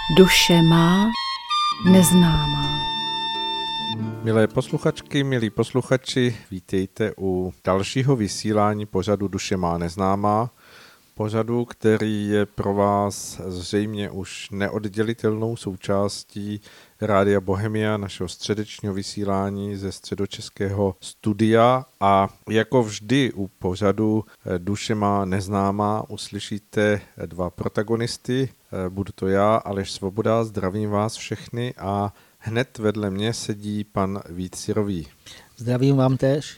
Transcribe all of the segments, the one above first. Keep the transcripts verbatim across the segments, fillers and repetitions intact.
Duše má neznámá. Milé posluchačky, milí posluchači, vítejte u dalšího vysílání pořadu Duše má neznámá. Pořadu, který je pro vás zřejmě už neoddělitelnou součástí Rádia Bohemia, našeho středečního vysílání ze středočeského studia. A jako vždy u pořadu Duše má neznámá uslyšíte dva protagonisty. Budu to já, Aleš Svoboda, zdravím vás všechny a hned vedle mě sedí pan Vít Syrový. Zdravím vám též.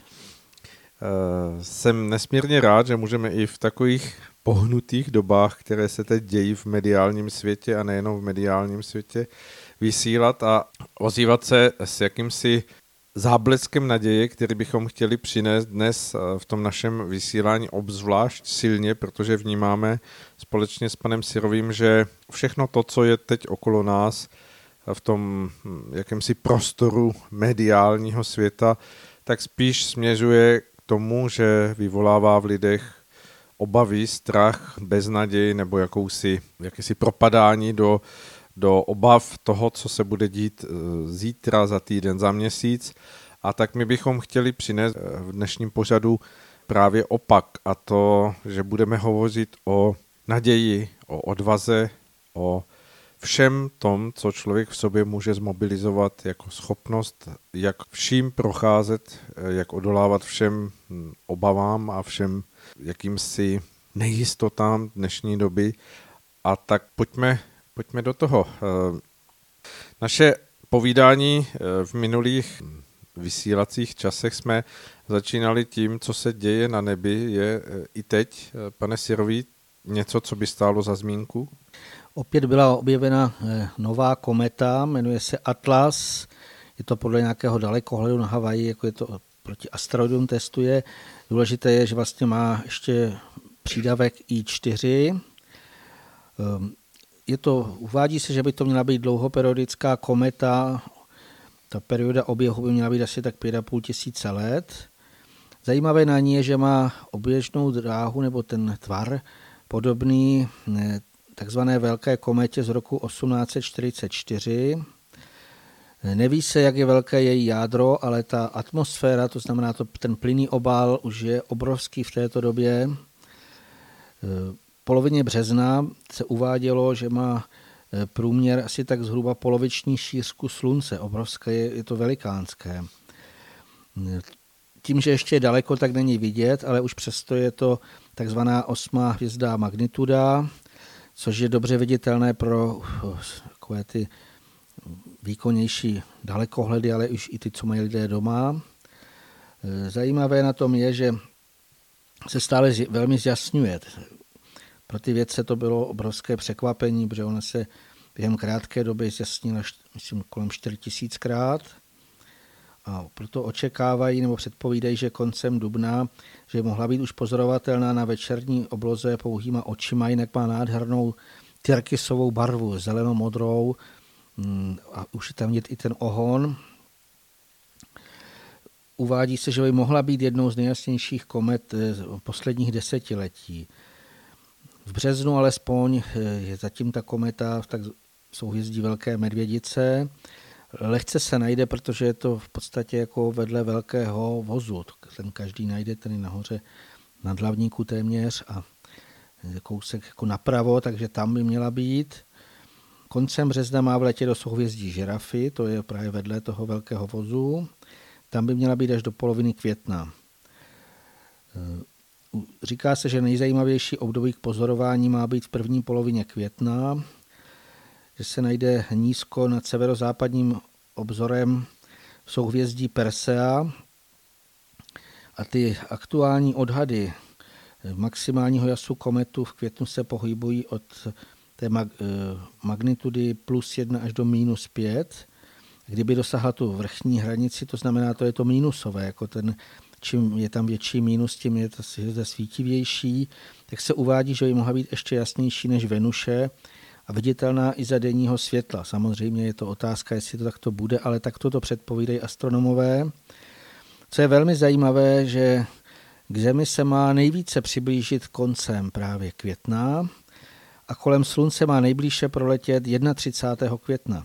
Jsem nesmírně rád, že můžeme i v takových pohnutých dobách, které se teď dějí v mediálním světě a nejenom v mediálním světě, vysílat a ozývat se s jakýmsi zábleskem naděje, který bychom chtěli přinést dnes v tom našem vysílání obzvlášť silně, protože vnímáme společně s panem Syrovým, že všechno to, co je teď okolo nás v tom jakémsi prostoru mediálního světa, tak spíš směřuje k tomu, že vyvolává v lidech obavy, strach, beznaděj nebo jakousi, jakési propadání do, do obav toho, co se bude dít zítra, za týden, za měsíc. A tak my bychom chtěli přinést v dnešním pořadu právě opak, a to, že budeme hovořit o naději, o odvaze, o všem tom, co člověk v sobě může zmobilizovat jako schopnost, jak vším procházet, jak odolávat všem obavám a všem jakýmsi nejistotám dnešní doby. A tak pojďme, pojďme do toho. Naše povídání v minulých vysílacích časech jsme začínali tím, co se děje na nebi. Je i teď, pane Syrový, něco, co by stálo za zmínku? Opět byla objevena nová kometa, jmenuje se Atlas. Je to podle nějakého dalekohledu na Havaji, jako je to proti asteroidům testuje. Důležité je, že vlastně má ještě přídavek í čtyři. Je to, uvádí se, že by to měla být dlouhoperiodická kometa. Ta perioda oběhu by měla být asi tak pět a půl tisíce let. Zajímavé na ní je, že má oběžnou dráhu nebo ten tvar podobný takzvané velké kometě z roku osmnáct set čtyřicet čtyři. Neví se, jak je velké její jádro, ale ta atmosféra, to znamená to, ten plynný obal, už je obrovský v této době. V polovině března se uvádělo, že má průměr asi tak zhruba poloviční šířku slunce. Obrovské, je to velikánské. Tím, že ještě je daleko, tak není vidět, ale už přesto je to takzvaná osmá hvězda magnituda, což je dobře viditelné pro takové ty výkonnější dalekohledy, ale už i ty, co mají lidé doma. Zajímavé na tom je, že se stále velmi zjasňuje. Pro ty vědce to bylo obrovské překvapení, protože ona se během krátké doby zjasnila, myslím, kolem čtyři tisíckrát. A proto očekávají nebo předpovídají, že koncem dubna, že mohla být už pozorovatelná na večerní obloze pouhýma očima, jinak má nádhernou tyrkysovou barvu, zelenomodrou, a už je tam vidět i ten ohon. Uvádí se, že by mohla být jednou z nejjasnějších komet posledních desetiletí. V březnu alespoň je zatím ta kometa v tak souhvězdí Velké medvědice. Lehce se najde, protože je to v podstatě jako vedle velkého vozu. Ten každý najde tady nahoře nad hlavníku téměř a kousek jako napravo, takže tam by měla být. Koncem března má vletět do souhvězdí Žirafy, to je právě vedle toho velkého vozu. Tam by měla být až do poloviny května. Říká se, že nejzajímavější období k pozorování má být v první polovině května, že se najde nízko nad severozápadním obzorem v souhvězdí Persea a ty aktuální odhady maximálního jasu kometu v květnu se pohybují od té magnitudy plus jedna až do minus pět. Kdyby dosahla tu vrchní hranici, to znamená, to je to minusové, jako ten, čím je tam větší minus, tím je to svítivější, tak se uvádí, že by mohla být ještě jasnější než Venuše a viditelná i za denního světla. Samozřejmě je to otázka, jestli to takto bude, ale takto to předpovídají astronomové. Co je velmi zajímavé, že k Zemi se má nejvíce přiblížit koncem právě května a kolem Slunce má nejblíže proletět třicátého prvního května.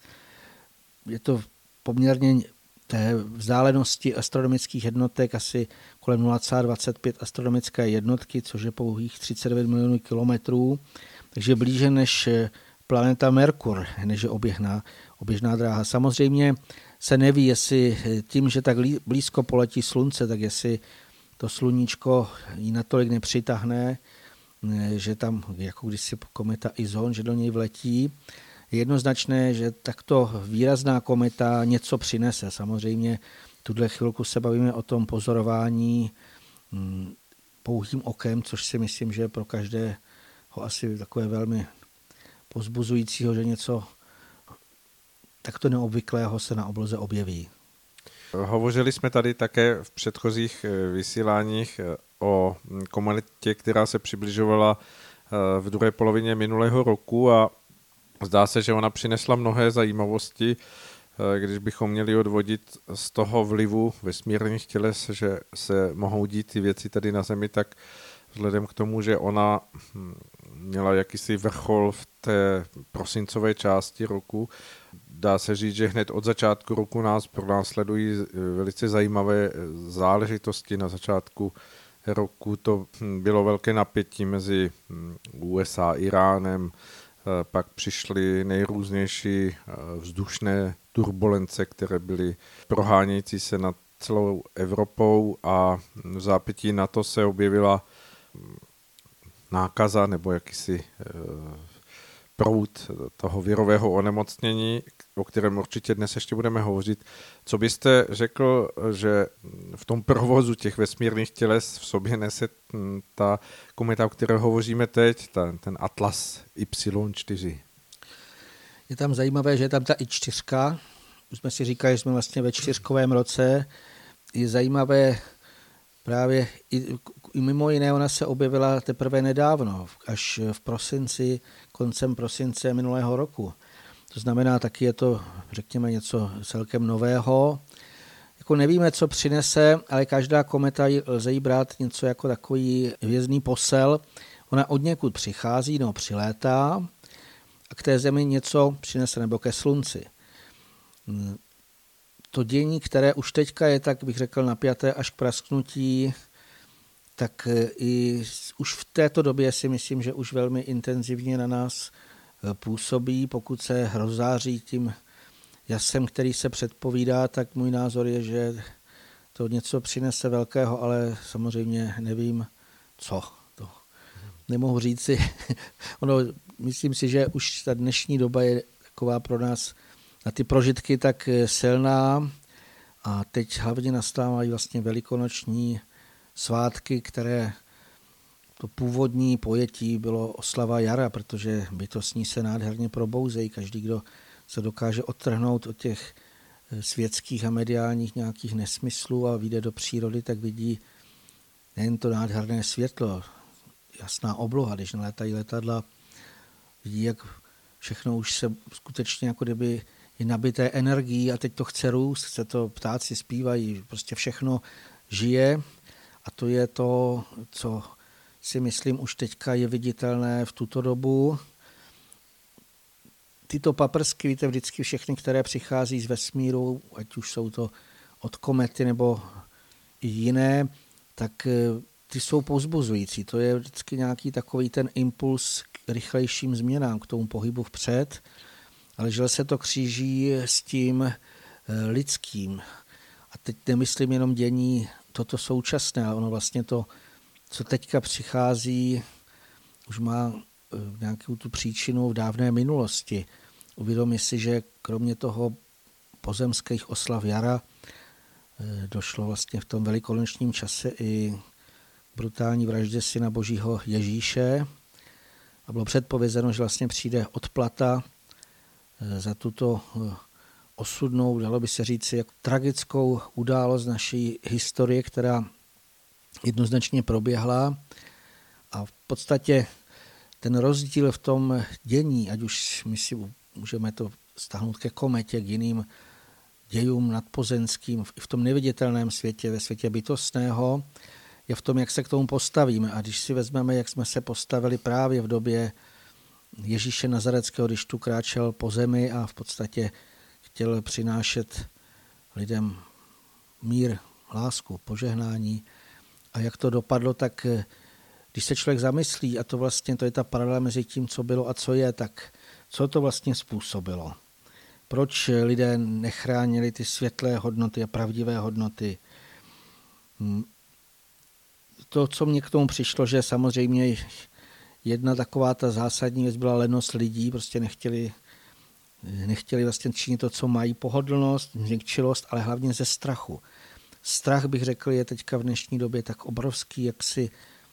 Je to poměrně té vzdálenosti astronomických jednotek asi kolem nula celá dvacet pět astronomické jednotky, což je pouhých třicet devět milionů kilometrů, takže blíže než planeta Merkur, než je oběhná, oběžná dráha. Samozřejmě se neví, jestli tím, že tak blízko poletí Slunce, tak jestli to sluníčko ji natolik nepřitáhne, že tam, jako když si kometa Izon, že do něj vletí. Je jednoznačné, že takto výrazná kometa něco přinese. Samozřejmě tuhle chvilku se bavíme o tom pozorování pouhým okem, což si myslím, že je pro každého asi takové velmi povzbuzujícího, že něco takto neobvyklého se na obloze objeví. Hovořili jsme tady také v předchozích vysíláních o kometě, která se přibližovala v druhé polovině minulého roku a zdá se, že ona přinesla mnohé zajímavosti, když bychom měli odvodit z toho vlivu vesmírných těles, že se mohou dít ty věci tady na Zemi, tak vzhledem k tomu, že ona měla jakýsi vrchol v té prosincové části roku, dá se říct, že hned od začátku roku nás pronásledují velice zajímavé záležitosti. Na začátku roku to bylo velké napětí mezi U S A a Iránem, pak přišly nejrůznější vzdušné turbulence, které byly prohánějící se nad celou Evropou a v zápětí na to se objevila nákaza nebo jakýsi proud toho virového onemocnění, o kterém určitě dnes ještě budeme hovořit. Co byste řekl, že v tom provozu těch vesmírných těles v sobě nese ta kometa, o které hovoříme teď, ta, ten Atlas Y čtyři? Je tam zajímavé, že je tam ta I čtyři. Už jsme si říkali, že jsme vlastně ve čtyřkovém roce. Je zajímavé právě i, i mimo jiné, ona se objevila teprve nedávno, až v prosinci, koncem prosince minulého roku. To znamená, taky je to, řekněme, něco celkem nového. Jako nevíme, co přinese, ale každá kometa lze jí brát něco jako takový hvězdný posel. Ona od někud přichází, no přilétá a k té Zemi něco přinese, nebo ke Slunci. To dění, které už teďka je, tak bych řekl, napjaté až k prasknutí, tak i už v této době si myslím, že už velmi intenzivně na nás působí. Pokud se rozzáří tím jasem, který se předpovídá, tak můj názor je, že to něco přinese velkého, ale samozřejmě nevím, co. To nemohu říci. Ono, myslím si, že už ta dnešní doba je taková pro nás na ty prožitky tak silná a teď hlavně nastávají vlastně velikonoční svátky, které to původní pojetí bylo oslava jara, protože bytostní se nádherně probouzejí. Každý, kdo se dokáže odtrhnout od těch světských a mediálních nějakých nesmyslů a vyjde do přírody, tak vidí nejen to nádherné světlo, jasná obloha, když nalétají letadla, vidí, jak všechno už se skutečně jako kdyby je nabité energií a teď to chce růst, chce to, ptáci zpívají, prostě všechno žije a to je to, co si myslím už teďka je viditelné v tuto dobu. Tyto paprsky, víte, vždycky všechny, které přichází z vesmíru, ať už jsou to od komety nebo i jiné, tak ty jsou povzbuzující. To je vždycky nějaký takový ten impuls k rychlejším změnám, k tomu pohybu vpřed, ale že se to kříží s tím lidským. A teď nemyslím jenom dění toto současné, ale ono vlastně to, co teďka přichází, už má nějakou tu příčinu v dávné minulosti. Uvědomí si, že kromě toho pozemských oslav jara došlo vlastně v tom velikonočním čase i brutální vraždě syna Božího Ježíše a bylo předpovězeno, že vlastně přijde odplata za tuto osudnou, dalo by se říci, jako tragickou událost naší historie, která jednoznačně proběhla a v podstatě ten rozdíl v tom dění, ať už my si můžeme to stáhnout ke kometě, k jiným dějům nadpozemským, i v tom neviditelném světě, ve světě bytostného, je v tom, jak se k tomu postavíme. A když si vezmeme, jak jsme se postavili právě v době Ježíše Nazareckého, když tu kráčel po zemi a v podstatě chtěl přinášet lidem mír, lásku, požehnání. A jak to dopadlo, tak když se člověk zamyslí, a to vlastně to je ta paralela mezi tím, co bylo a co je, tak co to vlastně způsobilo? Proč lidé nechránili ty světlé hodnoty a pravdivé hodnoty? To, co mě k tomu přišlo, že samozřejmě jedna taková ta zásadní věc byla lenost lidí, prostě nechtěli, nechtěli vlastně činit to, co mají, pohodlnost, změkčilost, ale hlavně ze strachu. Strach, bych řekl, je teďka v dnešní době tak obrovský, jak si,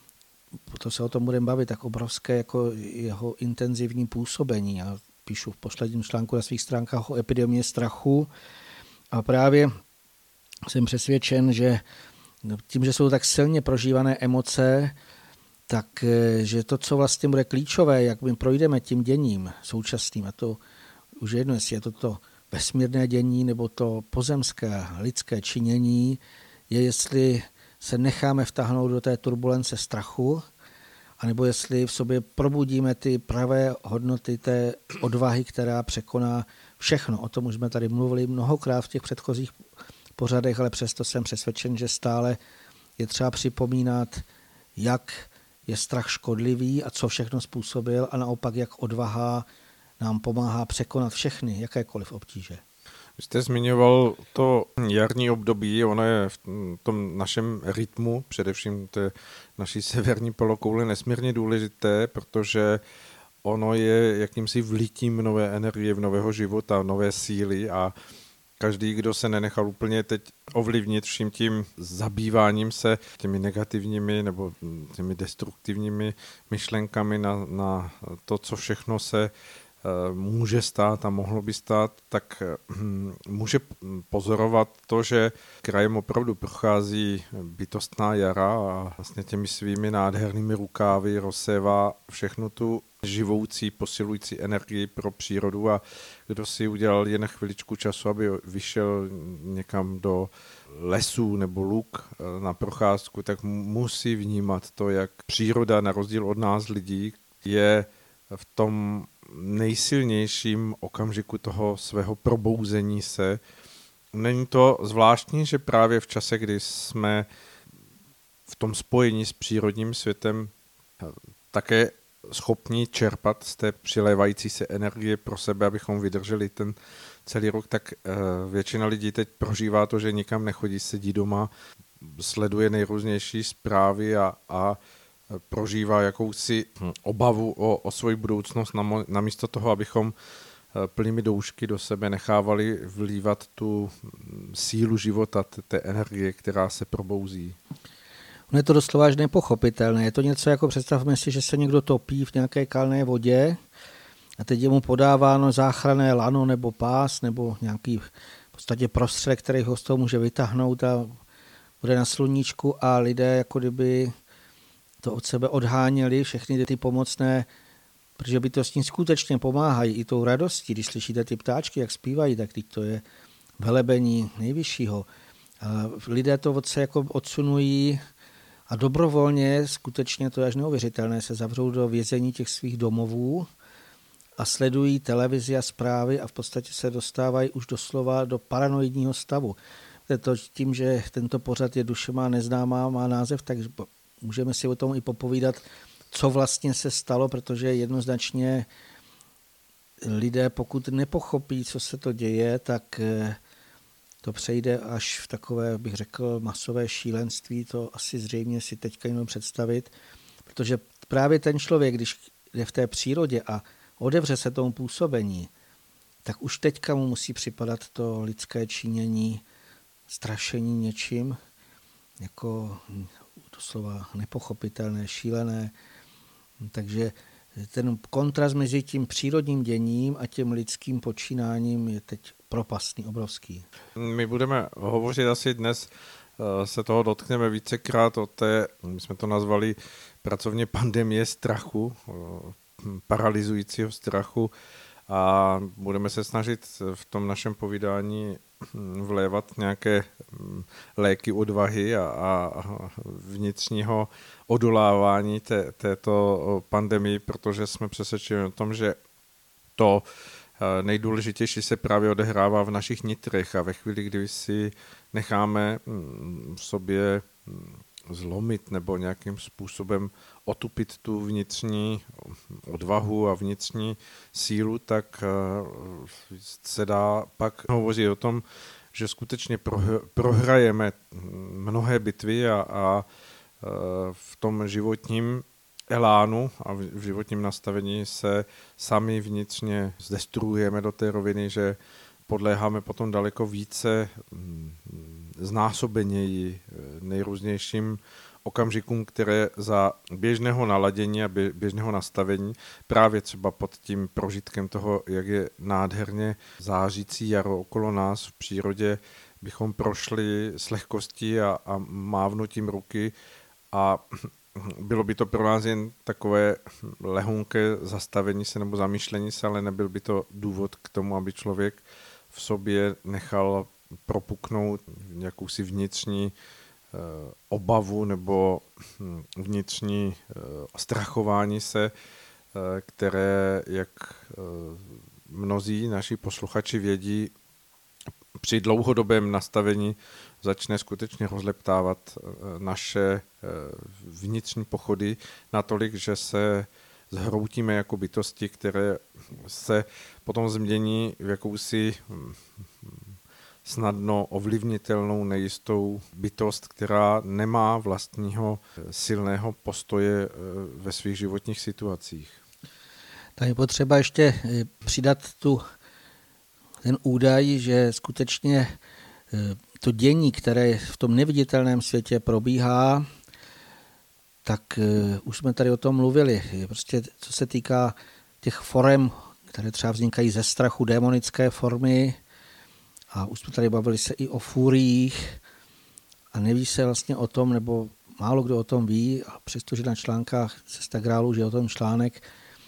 to se o tom budeme bavit, tak obrovské jako jeho intenzivní působení. Já píšu v posledním článku na svých stránkách o epidemii strachu a právě jsem přesvědčen, že tím, že jsou tak silně prožívané emoce, tak že to, co vlastně bude klíčové, jak my projdeme tím děním současným, a to už jedno, jestli je to to vesmírné dění nebo to pozemské lidské činění, je, jestli se necháme vtáhnout do té turbulence strachu, anebo jestli v sobě probudíme ty pravé hodnoty té odvahy, která překoná všechno. O tom už jsme tady mluvili mnohokrát v těch předchozích pořadech, ale přesto jsem přesvědčen, že stále je třeba připomínat, jak je strach škodlivý a co všechno způsobil a naopak, jak odvaha nám pomáhá překonat všechny, jakékoliv obtíže. Vy jste zmiňoval to jarní období, ono je v tom našem rytmu, především té naší severní polokouli, nesmírně důležité, protože ono je jakýmsi vlitím nové energie, v nového života, nové síly a každý, kdo se nenechal úplně teď ovlivnit vším tím zabýváním se těmi negativními nebo těmi destruktivními myšlenkami na, na to, co všechno se může stát a mohlo by stát, tak může pozorovat to, že krajem opravdu prochází bytostná jara a vlastně těmi svými nádhernými rukávy rozsévá všechnu tu živoucí, posilující energii pro přírodu a kdo si udělal jen chviličku času, aby vyšel někam do lesů nebo luk na procházku, tak musí vnímat to, jak příroda na rozdíl od nás lidí je v tom nejsilnějším okamžiku toho svého probouzení se. Není to zvláštní, že právě v čase, kdy jsme v tom spojení s přírodním světem také schopni čerpat z té přilévající se energie pro sebe, abychom vydrželi ten celý rok, tak většina lidí teď prožívá to, že nikam nechodí, sedí doma, sleduje nejrůznější zprávy a, a prožívá jakousi obavu o, o svoji budoucnost namísto toho, abychom plnými doušky do sebe nechávali vlívat tu sílu života, té energie, která se probouzí. No je to doslova až nepochopitelné. Je to něco jako, představme si, že se někdo topí v nějaké kalné vodě a teď je mu podáváno záchranné lano nebo pás nebo nějaký v podstatě prostředek, který ho z toho může vytáhnout a bude na sluníčku a lidé jako kdyby to od sebe odháněli, všechny ty pomocné, protože by to s tím skutečně pomáhají i tou radostí. Když slyšíte ty ptáčky, jak zpívají, tak teď to je velebení nejvyššího. A lidé to od se jako odsunují a dobrovolně, skutečně to je až neuvěřitelné, se zavřou do vězení těch svých domovů a sledují televizi a zprávy a v podstatě se dostávají už doslova do paranoidního stavu. To tím, že tento pořad je Duše má neznámá, má název, tak můžeme si o tom i popovídat, co vlastně se stalo, protože jednoznačně lidé, pokud nepochopí, co se to děje, tak to přejde až v takové, bych řekl, masové šílenství, to asi zřejmě si teďka jenom představit, protože právě ten člověk, když je v té přírodě a odevře se tomu působení, tak už teďka mu musí připadat to lidské činění, strašení něčím, jako doslova nepochopitelné, šílené. Takže ten kontrast mezi tím přírodním děním a tím lidským počínáním je teď propastný, obrovský. My budeme hovořit asi dnes, se toho dotkneme vícekrát o té, my jsme to nazvali pracovně pandemie strachu, paralyzujícího strachu a budeme se snažit v tom našem povídání vlévat nějaké léky odvahy a, a vnitřního odolávání té, této pandemii, protože jsme přesvědčeni o tom, že to nejdůležitější se právě odehrává v našich nitrech a ve chvíli, kdy si necháme v sobě zlomit nebo nějakým způsobem otupit tu vnitřní odvahu a vnitřní sílu, tak se dá pak hovořit o tom, že skutečně prohrajeme mnohé bitvy a, a v tom životním elánu a v životním nastavení se sami vnitřně zdestruujeme do té roviny, že podléháme potom daleko více znásobeněji nejrůznějším okamžikům, které za běžného naladění a běžného nastavení, právě třeba pod tím prožitkem toho, jak je nádherně zářící jaro okolo nás v přírodě, bychom prošli s lehkostí a, a mávnutím ruky a bylo by to pro nás jen takové lehonké zastavení se nebo zamýšlení se, ale nebyl by to důvod k tomu, aby člověk v sobě nechal propuknout jakousi vnitřní eh, obavu nebo hm, vnitřní eh, strachování se, eh, které, jak eh, mnozí naši posluchači vědí, při dlouhodobém nastavení začne skutečně rozleptávat naše vnitřní pochody natolik, že se zhroutíme jako bytosti, které se potom změní v jakousi snadno ovlivnitelnou nejistou bytost, která nemá vlastního silného postoje ve svých životních situacích. Tady je potřeba ještě přidat tu ten údaj, že skutečně to dění, které v tom neviditelném světě probíhá, tak už jsme tady o tom mluvili. Prostě co se týká těch forem, které třeba vznikají ze strachu, démonické formy, a už jsme tady bavili se i o furiích a neví se vlastně o tom, nebo málo kdo o tom ví, a přestože na článkách Cesta králu, že je o tom článek,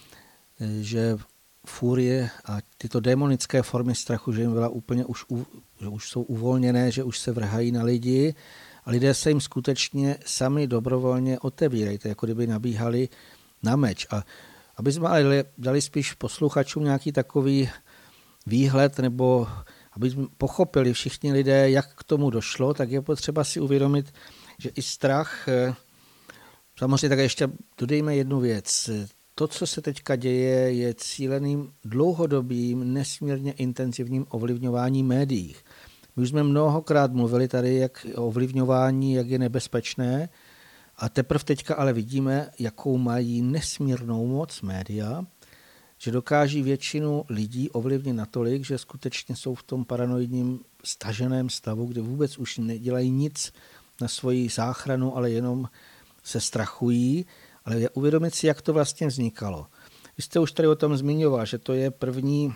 že furie a tyto démonické formy strachu, že jim byla úplně už, že už jsou uvolněné, že už se vrhají na lidi a lidé se jim skutečně sami dobrovolně otevírají, to jako kdyby nabíhali na meč. A aby jsme ale dali spíš posluchačům nějaký takový výhled, nebo aby jsme pochopili všichni lidé, jak k tomu došlo, tak je potřeba si uvědomit, že i strach, samozřejmě tak ještě dodejme jednu věc. To, co se teďka děje, je cíleným dlouhodobým, nesmírně intenzivním ovlivňováním médií. My už jsme mnohokrát mluvili tady jak o ovlivňování, jak je nebezpečné, a teprve teďka ale vidíme, jakou mají nesmírnou moc média, že dokáží většinu lidí ovlivnit natolik, že skutečně jsou v tom paranoidním staženém stavu, kde vůbec už nedělají nic na svoji záchranu, ale jenom se strachují. Ale uvědomit si, jak to vlastně vznikalo. Vy jste už tady o tom zmiňoval, že to je první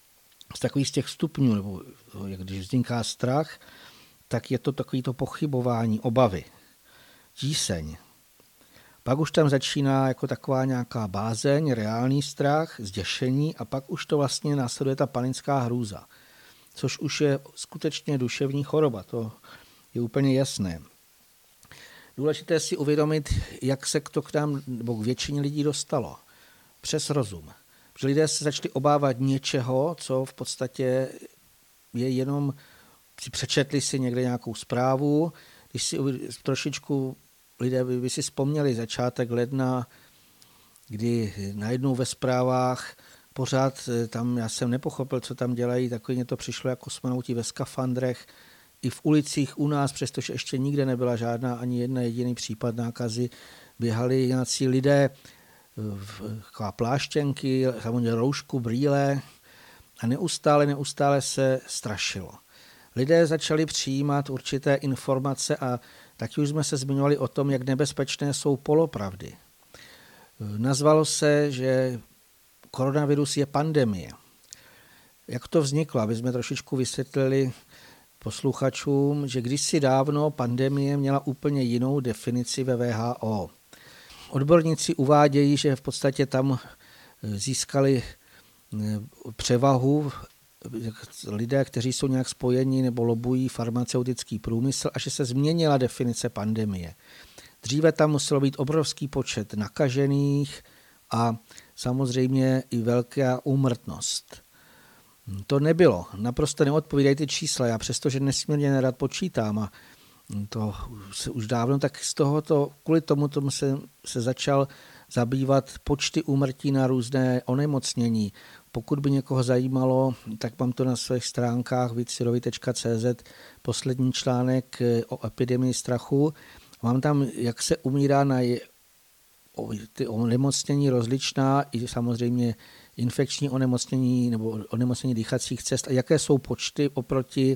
z takových z těch stupňů, nebo jak když vzniká strach, tak je to takovýto pochybování, obavy, tíseň. Pak už tam začíná jako taková nějaká bázeň, reálný strach, zděšení a pak už to vlastně následuje ta panická hrůza, což už je skutečně duševní choroba, to je úplně jasné. Důležité si uvědomit, jak se to k nám, nebo k většině lidí dostalo. Přes rozum. Protože lidé se začali obávat něčeho, co v podstatě je jenom, si přečetli si někde nějakou zprávu, když si trošičku lidé by, by si vzpomněli začátek ledna, kdy najednou ve zprávách pořád tam, já jsem nepochopil, co tam dělají, takový mě to přišlo jako kosmonauti ve skafandrech, i v ulicích u nás, přestože ještě nikde nebyla žádná ani jedna jediný případ nákazy, běhali nějací lidé v pláštěnky, samozřejmě roušku, brýle a neustále, neustále se strašilo. Lidé začali přijímat určité informace a taky už jsme se zmiňovali o tom, jak nebezpečné jsou polopravdy. Nazvalo se, že koronavirus je pandemie. Jak to vzniklo, aby jsme trošičku vysvětlili posluchačům, že kdysi dávno pandemie měla úplně jinou definici ve W H O. Odborníci uvádějí, že v podstatě tam získali převahu lidé, kteří jsou nějak spojeni nebo lobují farmaceutický průmysl a že se změnila definice pandemie. Dříve tam muselo být obrovský počet nakažených a samozřejmě i velká úmrtnost. To nebylo. Naprosto neodpovídají ty čísla. Já přestože nesmírně nerad počítám a to se už dávno, tak z tohoto, kvůli tomu tomu se, se začal zabývat počty úmrtí na různé onemocnění. Pokud by někoho zajímalo, tak mám to na svých stránkách vícsirovi tečka cé zet poslední článek o epidemii strachu. Mám tam, jak se umírá na ty onemocnění rozličná, i samozřejmě infekční onemocnění nebo onemocnění dýchacích cest a jaké jsou počty oproti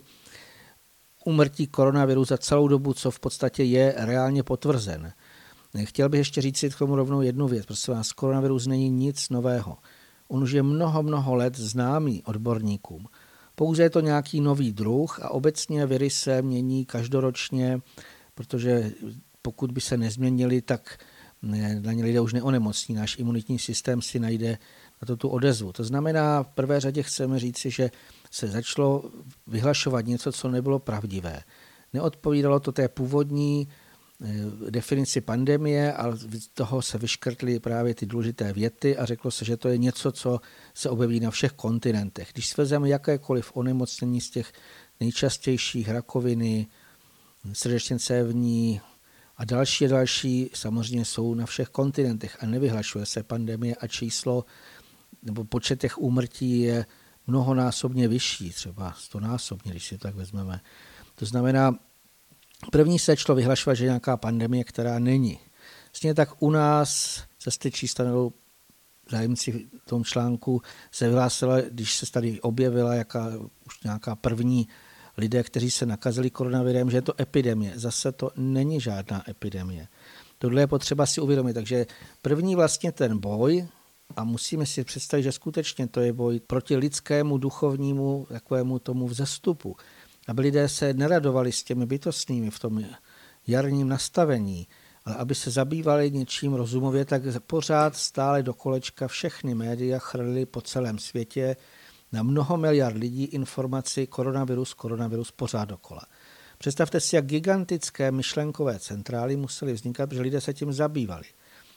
úmrtí koronaviru za celou dobu, co v podstatě je reálně potvrzen. Chtěl bych ještě říct si k tomu rovnou jednu věc. Prosím vás, koronavirus není nic nového. On už je mnoho, mnoho let známý odborníkům. Pouze je to nějaký nový druh a obecně viry se mění každoročně, protože pokud by se nezměnili, tak na ně lidé už neonemocní. Náš imunitní systém si najde na to tu odezvu. To znamená, v prvé řadě chceme říci, že se začalo vyhlašovat něco, co nebylo pravdivé. Neodpovídalo to té původní definici pandemie, ale z toho se vyškrtly právě ty důležité věty a řeklo se, že to je něco, co se objeví na všech kontinentech. Když svezeme jakékoliv onemocnění z těch nejčastějších rakoviny, srdečně cévní a další a další, samozřejmě jsou na všech kontinentech a nevyhlašuje se pandemie a číslo nebo počet těch úmrtí je mnohonásobně vyšší, třeba stonásobně, když si to tak vezmeme. To znamená, první se začalo vyhlašovat, že je nějaká pandemie, která není. Stejně tak u nás, zase ty čísla nebo zájemci v tom článku se vyhlásila, když se tady objevila jaká, už nějaká první lidé, kteří se nakazili koronavirem, že je to epidemie. Zase to není žádná epidemie. Tohle je potřeba si uvědomit. Takže první vlastně ten boj, a musíme si představit, že skutečně to je boj proti lidskému, duchovnímu, takovému tomu vzestupu. Aby lidé se neradovali s těmi bytostnými v tom jarním nastavení, ale aby se zabývali něčím rozumově, tak pořád stále do kolečka všechny média chrlily po celém světě na mnoho miliard lidí informaci koronavirus, koronavirus pořád dokola. Představte si, jak gigantické myšlenkové centrály musely vznikat, protože lidé se tím zabývali.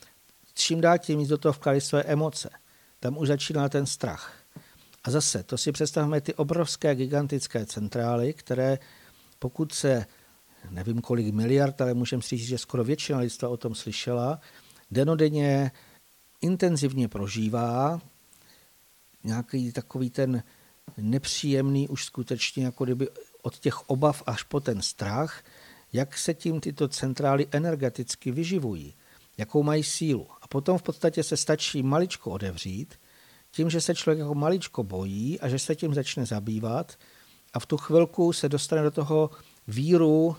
Čím dál tím víc do toho vkládali své emoce. Tam už začínal ten strach. A zase, to si představme ty obrovské gigantické centrály, které pokud se, nevím kolik miliard, ale můžeme si říct, že skoro většina lidstva o tom slyšela, denodenně intenzivně prožívá nějaký takový ten nepříjemný už skutečně jako kdyby od těch obav až po ten strach, jak se tím tyto centrály energeticky vyživují, jakou mají sílu. A potom v podstatě se stačí maličko odevřít, tím, že se člověk jako maličko bojí a že se tím začne zabývat a v tu chvilku se dostane do toho víru,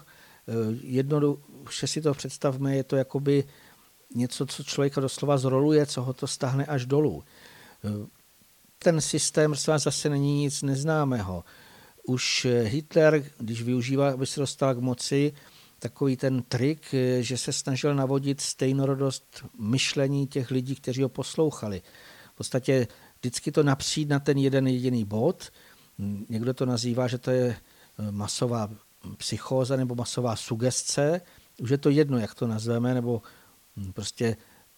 jednoduše si to představme, je to jakoby něco, co člověka doslova zroluje, co ho to stáhne až dolů. Ten systém zase není nic neznámého. Už Hitler, když využíval, aby se dostal k moci, takový ten trik, že se snažil navodit stejnorodost myšlení těch lidí, kteří ho poslouchali. V podstatě vždycky to napřít na ten jeden jediný bod. Někdo to nazývá, že to je masová psychóza nebo masová sugestce. Už je to jedno, jak to nazveme, nebo prostě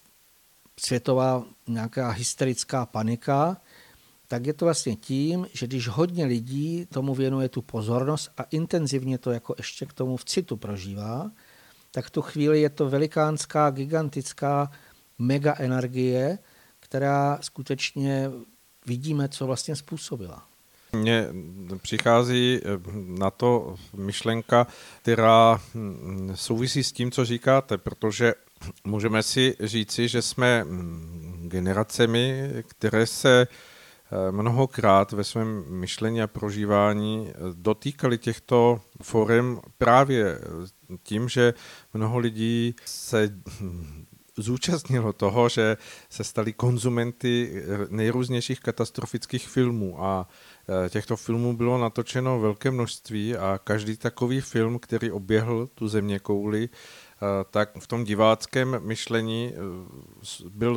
světová nějaká hysterická panika, tak je to vlastně tím, že když hodně lidí tomu věnuje tu pozornost a intenzivně to jako ještě k tomu v citu prožívá, tak v tu chvíli je to velikánská, gigantická mega energie, která skutečně vidíme, co vlastně způsobila. Mně přichází na to myšlenka, která souvisí s tím, co říkáte, protože můžeme si říci, že jsme generacemi, které se mnohokrát ve svém myšlení a prožívání dotýkali těchto forem právě tím, že mnoho lidí se zúčastnilo toho, že se stali konzumenty nejrůznějších katastrofických filmů a těchto filmů bylo natočeno velké množství a každý takový film, který oběhl tu zeměkouli, tak v tom diváckém myšlení byl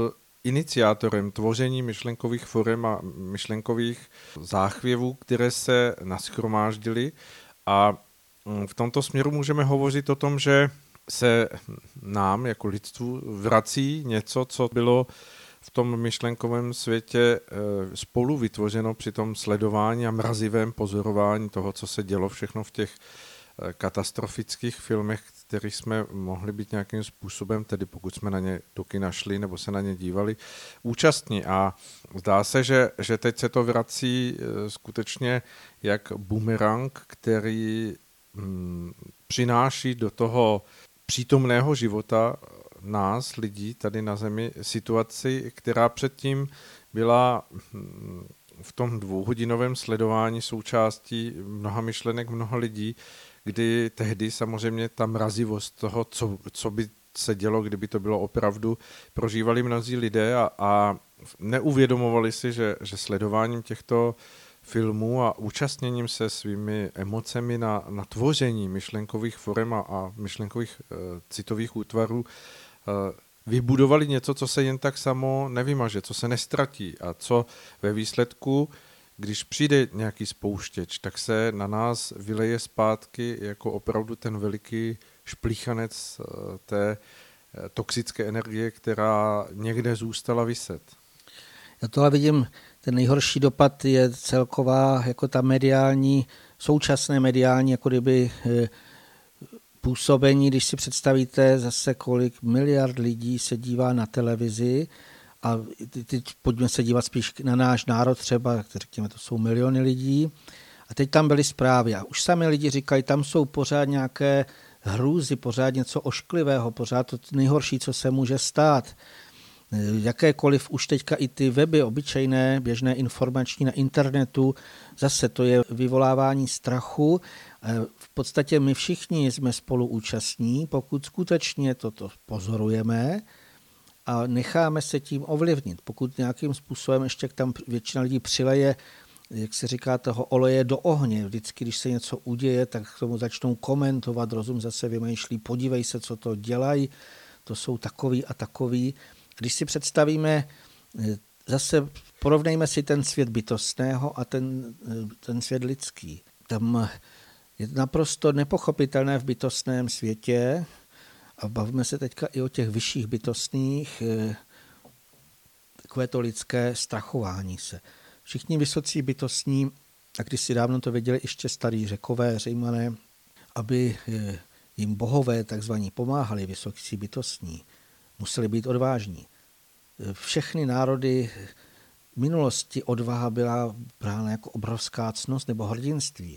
iniciátorem tvoření myšlenkových forem a myšlenkových záchvěvů, které se nashromáždily. A v tomto směru můžeme hovořit o tom, že se nám jako lidstvu vrací něco, co bylo v tom myšlenkovém světě spolu vytvořeno při tom sledování a mrazivém pozorování toho, co se dělo všechno v těch katastrofických filmech, kterých jsme mohli být nějakým způsobem, tedy pokud jsme na ně do kina šli nebo se na ně dívali, účastní. A zdá se, že, že teď se to vrací skutečně jak bumerang, který hm, přináší do toho přítomného života nás, lidí tady na Zemi, situaci, která předtím byla v tom dvouhodinovém sledování součástí mnoha myšlenek, mnoha lidí, kdy tehdy samozřejmě ta mrazivost toho, co, co by se dělo, kdyby to bylo opravdu, prožívali mnozí lidé a, a neuvědomovali si, že, že sledováním těchto filmů a účastněním se svými emocemi na, na tvoření myšlenkových forem a, a myšlenkových e, citových útvarů e, vybudovali něco, co se jen tak samo nevymaže, co se nestratí a co ve výsledku, když přijde nějaký spouštěč, tak se na nás vyleje zpátky jako opravdu ten veliký šplíchanec té toxické energie, která někde zůstala viset. Já tohle vidím, ten nejhorší dopad je celková, jako ta mediální, současné mediální, jako kdyby působení, když si představíte zase, kolik miliard lidí se dívá na televizi a teď pojďme se dívat spíš na náš národ třeba, řekněme, to jsou miliony lidí a teď tam byly zprávy a už sami lidi říkají, tam jsou pořád nějaké hrůzy, pořád něco ošklivého, pořád to nejhorší, co se může stát. Jakékoliv už teďka i ty weby obyčejné, běžné informační na internetu, zase to je vyvolávání strachu. V podstatě my všichni jsme spolu účastní, pokud skutečně toto pozorujeme a necháme se tím ovlivnit. Pokud nějakým způsobem ještě tam většina lidí přileje, jak se říká, toho oleje do ohně. Vždycky, když se něco uděje, tak k tomu začnou komentovat, rozum zase vymýšlí, podívej se, co to dělají, to jsou takový a takový. Když si představíme, zase porovnejme si ten svět bytostného a ten, ten svět lidský. Tam je naprosto nepochopitelné v bytostném světě, a bavíme se teďka i o těch vyšších bytostných, takové to lidské strachování se. Všichni vysocí bytostní, a když si dávno to věděli ještě starý Řekové, Římané, aby jim bohové takzvaní pomáhali, vysocí bytostní, museli být odvážní. Všechny národy v minulosti odvaha byla brána jako obrovská ctnost nebo hrdinství.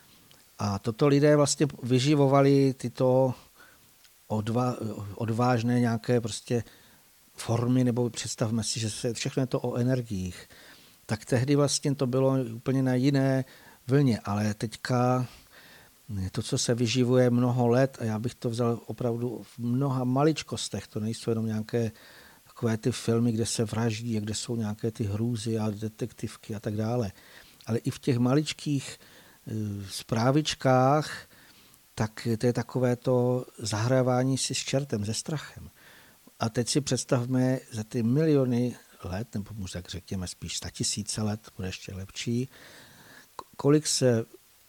A toto lidé vlastně vyživovali tyto odva, odvážné nějaké prostě formy, nebo představme si, že se všechno je to o energiích. Tak tehdy vlastně to bylo úplně na jiné vlně, ale teďka to, co se vyživuje mnoho let, a já bych to vzal opravdu v mnoha maličkostech, to nejsou jenom nějaké takové ty filmy, kde se vraždí, kde jsou nějaké ty hrůzy a detektivky a tak dále. Ale i v těch maličkých zprávičkách, tak to je takové to zahrávání si s čertem, se strachem. A teď si představme za ty miliony let, nebo můžu tak řekněme spíš statisíce let, bude ještě lepší, kolik se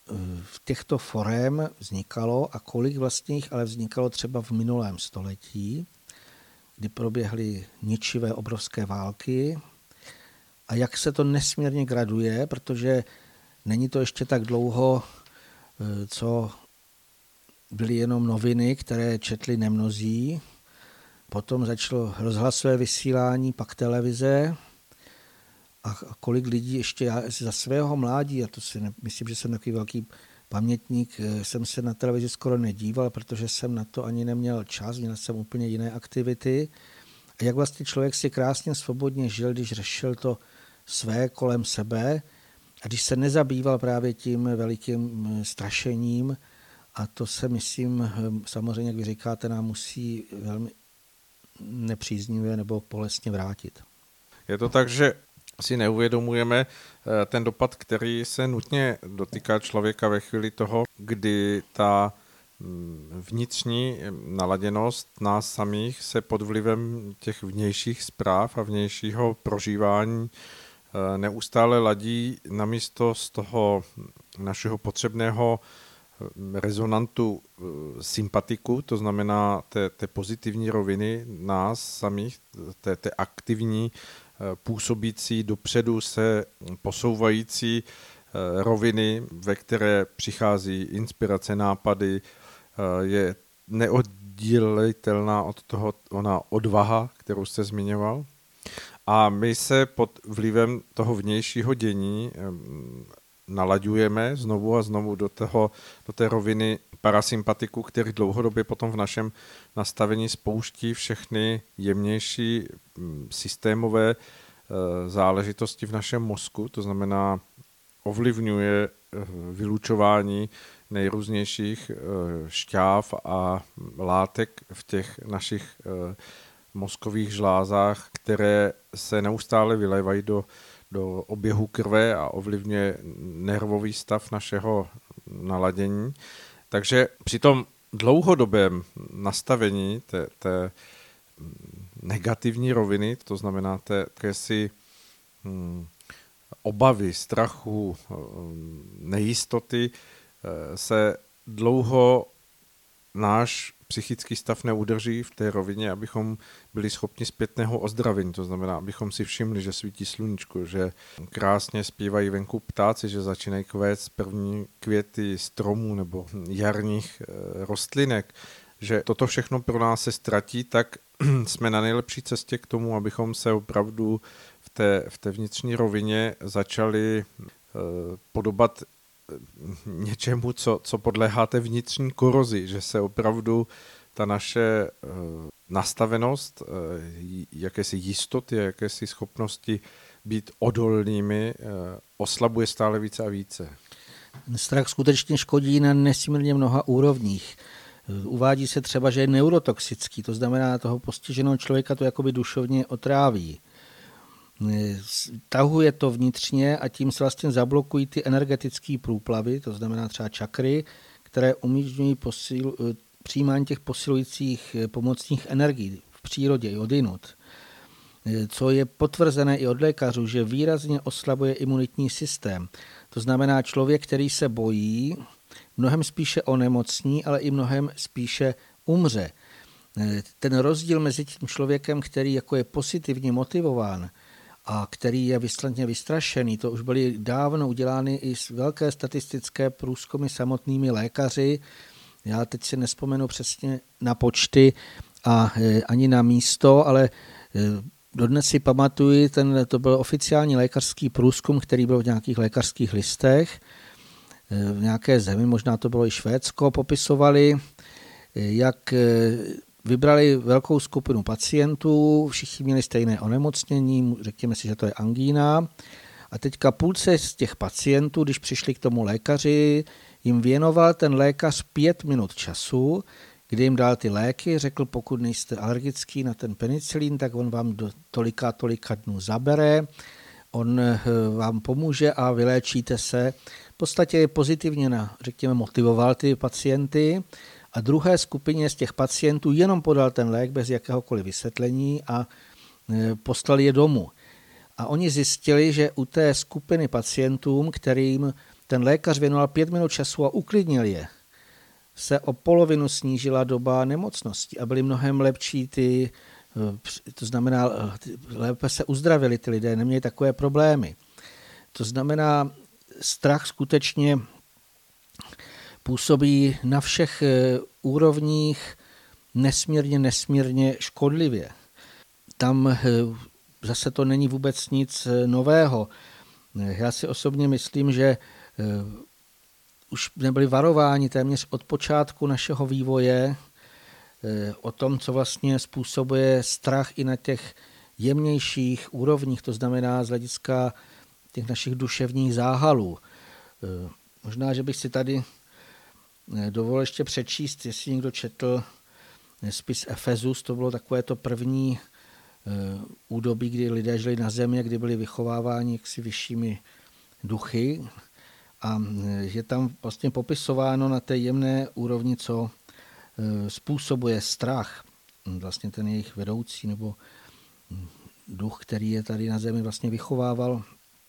v těchto forem vznikalo a kolik vlastně jich ale vznikalo třeba v minulém století, kdy proběhly ničivé obrovské války a jak se to nesmírně graduje, protože není to ještě tak dlouho, co byly jenom noviny, které četli nemnozí, potom začalo rozhlasové vysílání, pak televize a kolik lidí ještě já za svého mládí, a to si ne, myslím, že jsem takový velký pamětník, jsem se na televizi skoro nedíval, protože jsem na to ani neměl čas, měl jsem úplně jiné aktivity. A jak vlastně člověk si krásně svobodně žil, když řešil to své kolem sebe a když se nezabýval právě tím velikým strašením, a to se, myslím, samozřejmě, jak vy říkáte, nám musí velmi nepříznivě nebo bolestně vrátit. Je to tak, že si neuvědomujeme ten dopad, který se nutně dotýká člověka ve chvíli toho, kdy ta vnitřní naladěnost nás samých se pod vlivem těch vnějších zpráv a vnějšího prožívání neustále ladí namísto z toho našeho potřebného rezonantu sympatiku, to znamená té, té pozitivní roviny nás samých, té, té aktivní, působící dopředu se posouvající roviny, ve které přichází inspirace, nápady, je neoddělitelná od toho ona odvaha, kterou jste zmiňoval. A my se pod vlivem toho vnějšího dění nalaďujeme znovu a znovu do, toho, do té roviny parasympatiku, který dlouhodobě potom v našem nastavení spouští všechny jemnější systémové záležitosti v našem mozku, to znamená ovlivňuje vylučování nejrůznějších šťáv a látek v těch našich mozkových žlázách, které se neustále vylévají do, do oběhu krve a ovlivňuje nervový stav našeho naladění. Takže při tom dlouhodobém nastavení té, té negativní roviny, to znamená té jakési hm, obavy, strachu, nejistoty, se dlouho náš psychický stav neudrží v té rovině, abychom byli schopni zpětného ozdravení. To znamená, abychom si všimli, že svítí sluníčko, že krásně zpívají venku ptáci, že začínají kvést první květy stromů nebo jarních rostlinek, že toto všechno pro nás se ztratí, tak jsme na nejlepší cestě k tomu, abychom se opravdu v té, v té vnitřní rovině začali podobat něčemu, co, co podléhá té vnitřní korozi, že se opravdu ta naše uh, nastavenost, uh, jakési jistoty, jakési schopnosti být odolnými, uh, oslabuje stále více a více. Strach skutečně škodí na nesmírně mnoha úrovních. Uvádí se třeba, že je neurotoxický, to znamená, toho postiženého člověka to jakoby duševně otráví. Tahuje to vnitřně a tím se vlastně zablokují ty energetické průplavy, to znamená třeba čakry, které umožňují posil, přijímání těch posilujících pomocných energií v přírodě i odinut. Co je potvrzené i od lékařů, že výrazně oslabuje imunitní systém. To znamená, člověk, který se bojí, mnohem spíše onemocní, ale i mnohem spíše umře. Ten rozdíl mezi tím člověkem, který jako je pozitivně motivován a který je výsledně vystrašený, to už byly dávno udělány i velké statistické průzkumy samotnými lékaři. Já teď si nespomenu přesně na počty a ani na místo, ale dodnes si pamatuju, ten, to byl oficiální lékařský průzkum, který byl v nějakých lékařských listech, v nějaké zemi, možná to bylo i Švédsko, popisovali, jak vybrali velkou skupinu pacientů, všichni měli stejné onemocnění, řekněme si, že to je angína. A teďka půlce z těch pacientů, když přišli k tomu lékaři, jim věnoval ten lékař pět minut času, kdy jim dal ty léky, řekl, pokud nejste alergický na ten penicilín, tak on vám do tolika, tolika dnů zabere, on vám pomůže a vyléčíte se. V podstatě pozitivně, na, řekněme, motivoval ty pacienty a druhé skupině z těch pacientů jenom podal ten lék bez jakéhokoliv vysvětlení a poslal je domů. A oni zjistili, že u té skupiny pacientům, kterým ten lékař věnoval pět minut času a uklidnil je, se o polovinu snížila doba nemocnosti a byly mnohem lepší ty, to znamená, lépe se uzdravili ty lidé, neměli takové problémy. To znamená, strach skutečně působí na všech úrovních nesmírně, nesmírně škodlivě. Tam zase to není vůbec nic nového. Já si osobně myslím, že už nebyli varováni téměř od počátku našeho vývoje o tom, co vlastně způsobuje strach i na těch jemnějších úrovních, to znamená z hlediska těch našich duševních záhalů. Možná, že bych si tady dovolil ještě přečíst, jestli někdo četl spis Efezus, to bylo takové to první údobí, kdy lidé žili na zemi, kdy byli vychováváni jaksi vyššími duchy. A je tam vlastně popisováno na té jemné úrovni, co způsobuje strach. Vlastně ten jejich vedoucí nebo duch, který je tady na zemi vlastně vychovával,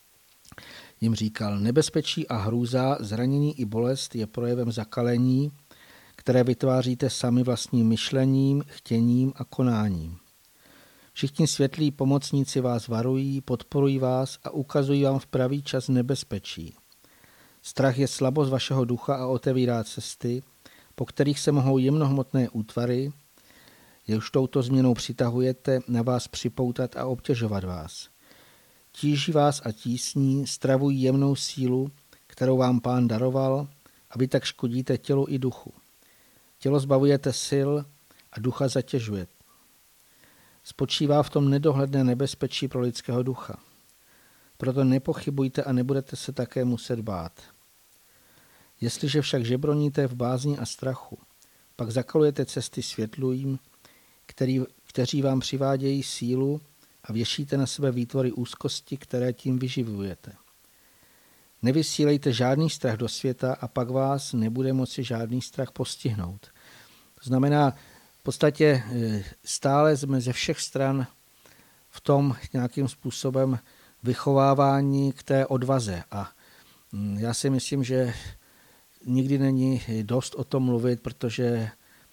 jim říkal: nebezpečí a hrůza, zranění i bolest je projevem zakalení, které vytváříte sami vlastním myšlením, chtěním a konáním. Všichni světlí pomocníci vás varují, podporují vás a ukazují vám v pravý čas nebezpečí. Strach je slabost vašeho ducha a otevírá cesty, po kterých se mohou jemnohmotné útvary, jež touto změnou přitahujete, na vás připoutat a obtěžovat vás. Tíží vás a tísní, stravují jemnou sílu, kterou vám Pán daroval, a vy tak škodíte tělu i duchu. Tělo zbavujete sil a ducha zatěžujete. Spočívá v tom nedohledné nebezpečí pro lidského ducha. Proto nepochybujte a nebudete se také muset bát. Jestliže však žebroníte v bázni a strachu, pak zakalujete cesty světlům, který, kteří vám přivádějí sílu, a věšíte na sebe výtvory úzkosti, které tím vyživujete. Nevysílejte žádný strach do světa a pak vás nebude moci žádný strach postihnout. To znamená, v podstatě stále jsme ze všech stran v tom nějakým způsobem vychovávání k té odvaze. A já si myslím, že nikdy není dost o tom mluvit, protože,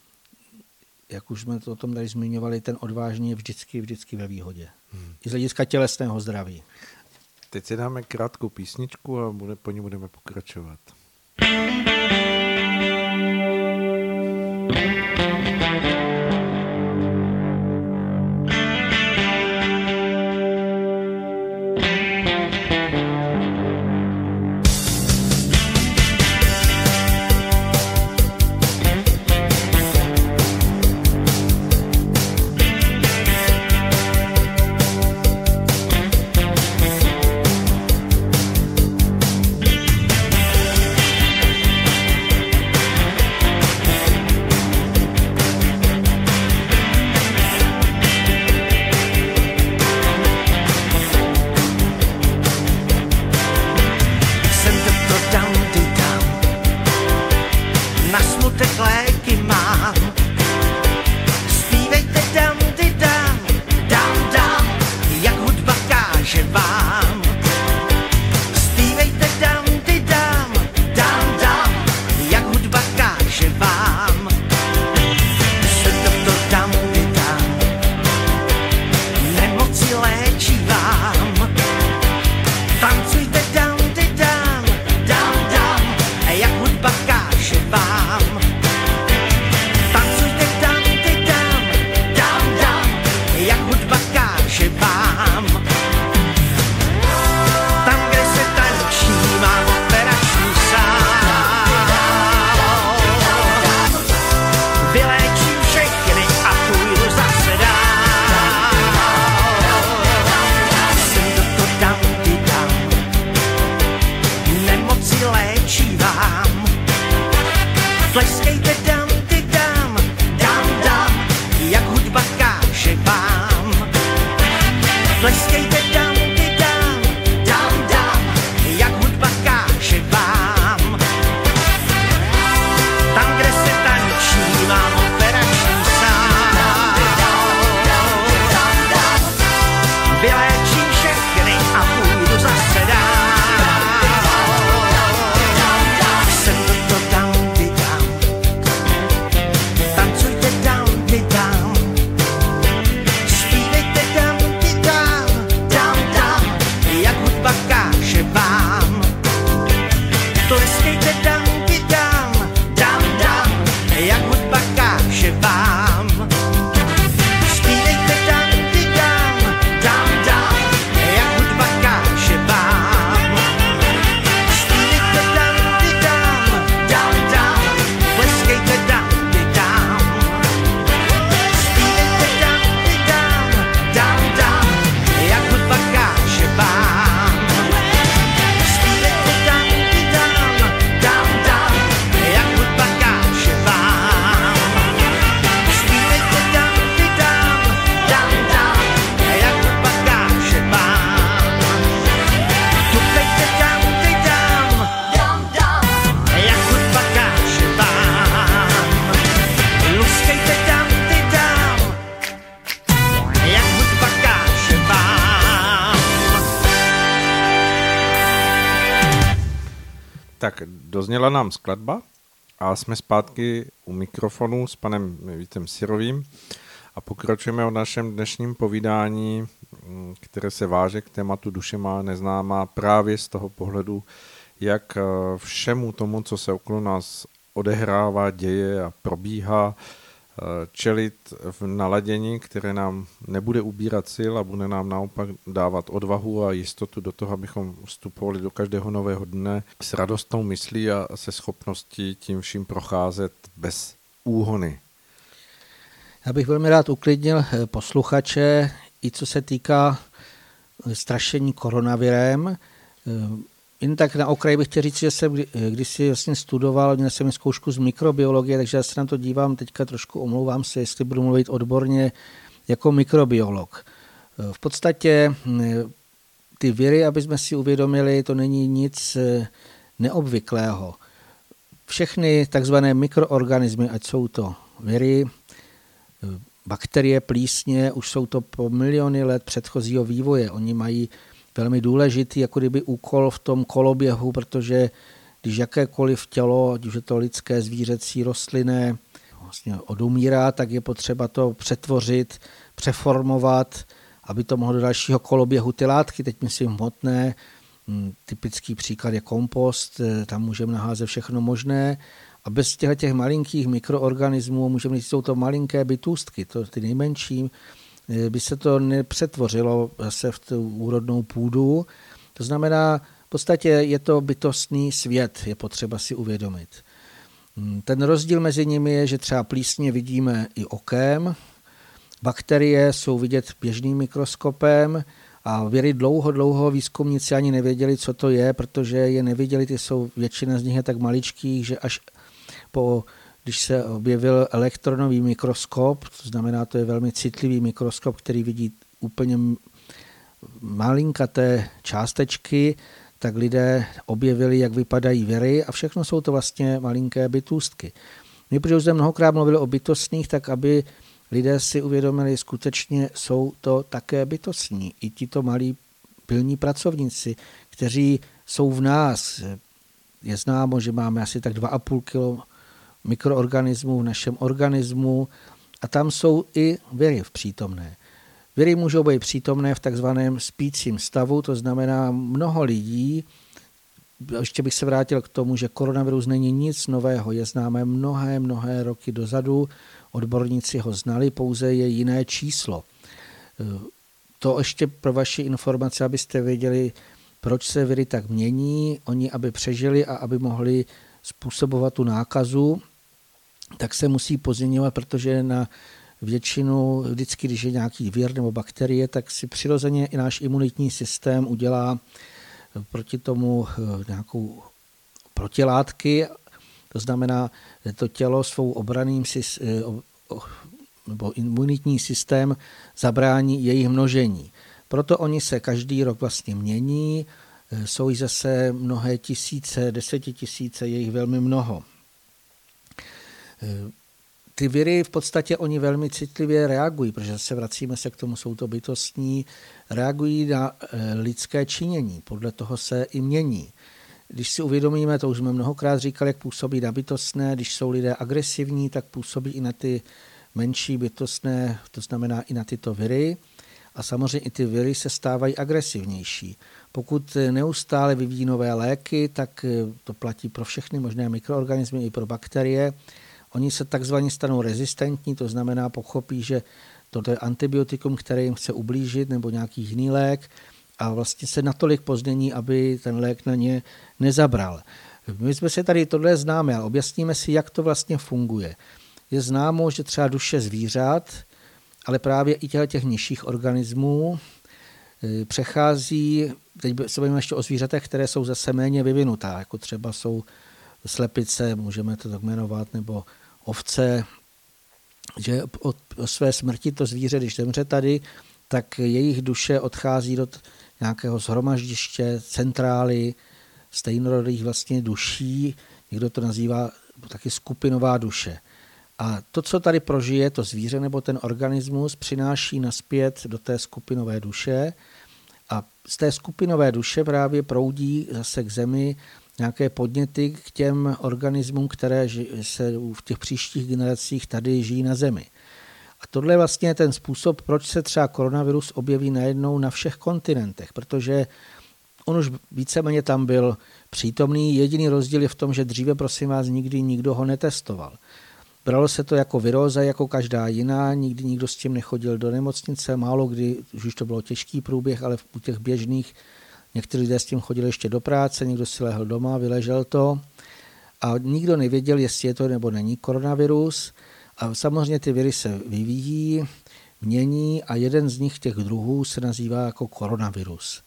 jak už jsme to o tom tady zmiňovali, ten odvážný je vždycky, vždycky ve výhodě. Hmm. I z hlediska tělesného zdraví. Teď si dáme krátkou písničku a bude, po ní budeme pokračovat. Down, Tak dozněla nám skladba a jsme zpátky u mikrofonu s panem Vítem Syrovým a pokračujeme o našem dnešním povídání, které se váže k tématu Duše má neznámá právě z toho pohledu, jak všemu tomu, co se okolo nás odehrává, děje a probíhá, čelit v naladění, které nám nebude ubírat sil a bude nám naopak dávat odvahu a jistotu do toho, abychom vstupovali do každého nového dne s radostnou myslí a se schopností tím vším procházet bez úhony. Já bych velmi rád uklidnil posluchače, i co se týká strašení koronavirem. Jen tak na okraji bych chtěl říct, že jsem kdysi vlastně studoval, měl jsem zkoušku z mikrobiologie, takže já se na to dívám teďka trošku, omlouvám se, jestli budu mluvit odborně jako mikrobiolog. V podstatě ty viry, aby jsme si uvědomili, to není nic neobvyklého. Všechny takzvané mikroorganismy, ať jsou to viry, bakterie, plísně, už jsou to po miliony let předchozího vývoje. Oni mají velmi důležitý jako kdyby úkol v tom koloběhu, protože když jakékoliv tělo, ať už je to lidské, zvířecí, rostlinné, vlastně odumírá, tak je potřeba to přetvořit, přeformovat, aby to mohlo do dalšího koloběhu ty látky, teď myslím hmotné, typický příklad je kompost, tam můžeme naházet všechno možné a bez těch malinkých mikroorganismů můžeme říct, jsou to malinké bytůstky, to ty nejmenší, by se to nepřetvořilo zase v tu úrodnou půdu. To znamená, v podstatě je to bytostný svět, je potřeba si uvědomit. Ten rozdíl mezi nimi je, že třeba plísně vidíme i okem, bakterie jsou vidět běžným mikroskopem a viry dlouho, dlouho výzkumníci ani nevěděli, co to je, protože je neviděli, ty jsou, většina z nich je tak maličkých, že až po když se objevil elektronový mikroskop, to znamená, to je velmi citlivý mikroskop, který vidí úplně malinkaté částečky, tak lidé objevili, jak vypadají viry a všechno jsou to vlastně malinké bytůstky. My, protože už jsme mnohokrát mluvili o bytostných, tak aby lidé si uvědomili, skutečně jsou to také bytostní. I tito malí pilní pracovníci, kteří jsou v nás. Je známo, že máme asi tak dva a půl kilo mikroorganismů v našem organismu a tam jsou i viry přítomné. Viry můžou být přítomné v takzvaném spícím stavu, to znamená mnoho lidí, ještě bych se vrátil k tomu, že koronavirus není nic nového, je známé mnohé, mnohé roky dozadu, odborníci ho znali, pouze je jiné číslo. To ještě pro vaši informaci, abyste věděli, proč se viry tak mění, oni, aby přežili a aby mohli způsobovat tu nákazu, tak se musí pozměňovat, protože na většinu, vždycky, když je nějaký vir nebo bakterie, tak si přirozeně i náš imunitní systém udělá proti tomu nějakou protilátky. To znamená, že to tělo svou obranným nebo imunitní systém zabrání jejich množení. Proto oni se každý rok vlastně mění, jsou jich zase mnohé tisíce, desetitisíce, je jich velmi mnoho. Ty viry v podstatě oni velmi citlivě reagují, protože se vracíme se k tomu, jsou to bytostní, reagují na lidské činění, podle toho se i mění. Když si uvědomíme, to už jsme mnohokrát říkali, jak působí na bytostné, když jsou lidé agresivní, tak působí i na ty menší bytostné, to znamená i na tyto viry. A samozřejmě i ty viry se stávají agresivnější. Pokud neustále vyvíjí nové léky, tak to platí pro všechny možné mikroorganismy i pro bakterie. Oni se takzvaně stanou rezistentní, to znamená pochopí, že to je antibiotikum, které jim chce ublížit, nebo nějaký jiný lék a vlastně se natolik pozmění, aby ten lék na ně nezabral. My jsme se tady tohle známe, ale objasníme si, jak to vlastně funguje. Je známo, že třeba duše zvířat, ale právě i těch nižších organismů přechází, teď se bavíme ještě o zvířatech, které jsou zase méně vyvinutá, jako třeba jsou slepice, můžeme to tak jmenovat, nebo ovce, že od své smrti to zvíře, když zemře tady, tak jejich duše odchází do nějakého shromaždiště, centrály, stejnorodých vlastně duší, někdo to nazývá taky skupinová duše. A to, co tady prožije, to zvíře nebo ten organismus, přináší naspět do té skupinové duše a z té skupinové duše právě proudí zase k zemi nějaké podněty k těm organismům, které se v těch příštích generacích tady žijí na Zemi. A tohle je vlastně ten způsob, proč se třeba koronavirus objeví najednou na všech kontinentech, protože on už víceméně tam byl přítomný. Jediný rozdíl je v tom, že dříve, prosím vás, nikdy nikdo ho netestoval. Bralo se to jako viróza, jako každá jiná, nikdy nikdo s tím nechodil do nemocnice, málo kdy, už to bylo těžký průběh, ale u těch běžných někteří lidé s tím chodili ještě do práce, někdo si lehl doma, vyležel to a nikdo nevěděl, jestli je to nebo není koronavirus. A samozřejmě ty viry se vyvíjí, mění a jeden z nich, těch druhů, se nazývá jako koronavirus.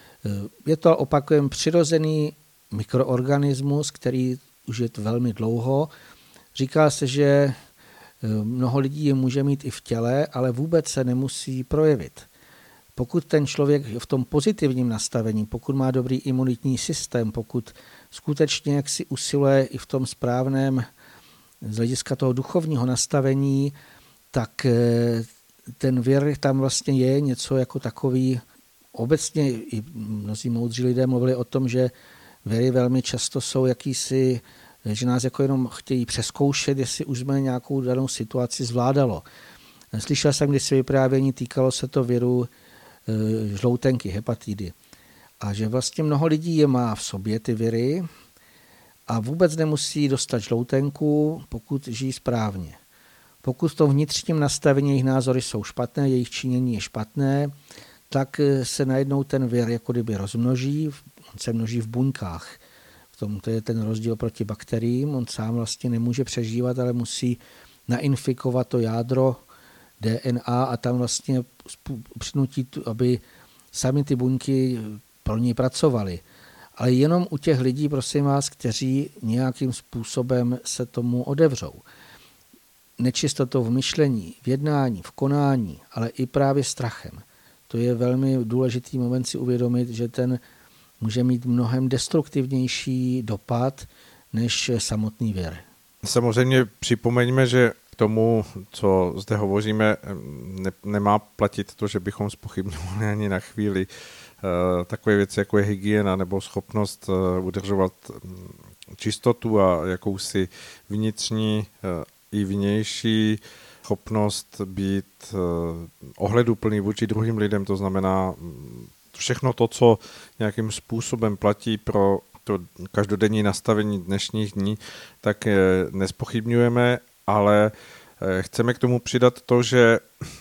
Je to opakujem přirozený mikroorganismus, který už je to velmi dlouho. Říká se, že mnoho lidí je může mít i v těle, ale vůbec se nemusí projevit. Pokud ten člověk v tom pozitivním nastavení, pokud má dobrý imunitní systém, pokud skutečně jak si usiluje i v tom správném z hlediska toho duchovního nastavení, tak ten vir tam vlastně je něco jako takový. Obecně i mnozí moudří lidé mluvili o tom, že viry velmi často jsou jakýsi, že nás jako jenom chtějí přeskoušet, jestli už jsme nějakou danou situaci zvládalo. Slyšel jsem kdysi vyprávění, týkalo se to viru žloutenky, hepatidy. A že vlastně mnoho lidí je má v sobě ty viry a vůbec nemusí dostat žloutenku, pokud žijí správně. Pokud v tom vnitřním nastavení jejich názory jsou špatné, jejich činění je špatné, tak se najednou ten vir jako kdyby rozmnoží, on se množí v buňkách. V tom to je ten rozdíl proti bakteriím, on sám vlastně nemůže přežívat, ale musí nainfikovat to jádro D N A a tam vlastně přinutí, aby sami ty buňky pro něj pracovaly. Ale jenom u těch lidí, prosím vás, kteří nějakým způsobem se tomu odevřou. Nečistotou v myšlení, v jednání, v konání, ale i právě strachem. To je velmi důležitý moment si uvědomit, že ten může mít mnohem destruktivnější dopad než samotný vir. Samozřejmě připomeňme, že k tomu, co zde hovoříme, ne, nemá platit to, že bychom zpochybňovali ani na chvíli uh, takové věci, jako je hygiena nebo schopnost uh, udržovat čistotu a jakousi vnitřní uh, i vnější schopnost být uh, ohleduplný vůči druhým lidem, to znamená všechno to, co nějakým způsobem platí pro to každodenní nastavení dnešních dní, tak nespochybňujeme, ale chceme k tomu přidat to, že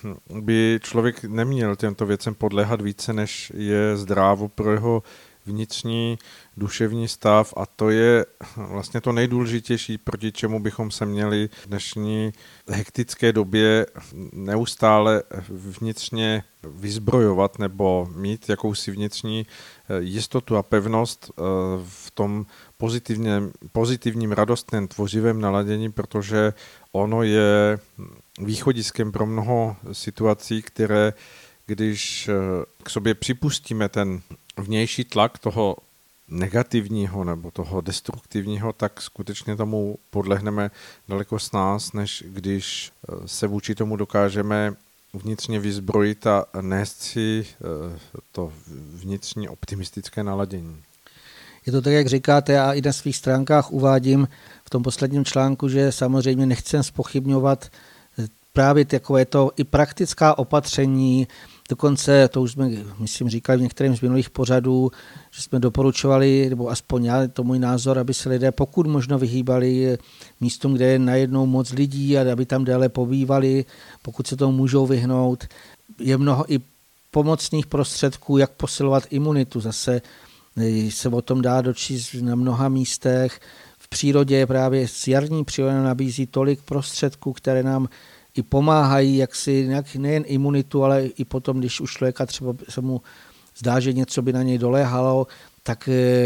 by člověk neměl těmto věcem podléhat více, než je zdrávo pro jeho vnitřní duševní stav a to je vlastně to nejdůležitější, proti čemu bychom se měli v dnešní hektické době neustále vnitřně vyzbrojovat nebo mít jakousi vnitřní jistotu a pevnost v tom pozitivním, pozitivním radostném tvořivém naladění, protože ono je východiskem pro mnoho situací, které když k sobě připustíme ten vnější tlak toho negativního nebo toho destruktivního, tak skutečně tomu podlehneme daleko s nás, než když se vůči tomu dokážeme vnitřně vyzbrojit a nést si to vnitřní optimistické naladění. Je to tak, jak říkáte, já i na svých stránkách uvádím v tom posledním článku, že samozřejmě nechcem zpochybňovat právě takové to i praktická opatření. Dokonce, to už jsme, myslím, říkali v některém z minulých pořadů, že jsme doporučovali, nebo aspoň já, to můj názor, aby se lidé pokud možno vyhýbali místům, kde je najednou moc lidí a aby tam déle pobývali, pokud se tomu můžou vyhnout. Je mnoho i pomocných prostředků, jak posilovat imunitu. Zase se o tom dá dočíst na mnoha místech. V přírodě právě jarní příroda nabízí tolik prostředků, které nám i pomáhají, jak si nejen imunitu, ale i potom, když už člověka třeba se mu zdá, že něco by na něj doléhalo, tak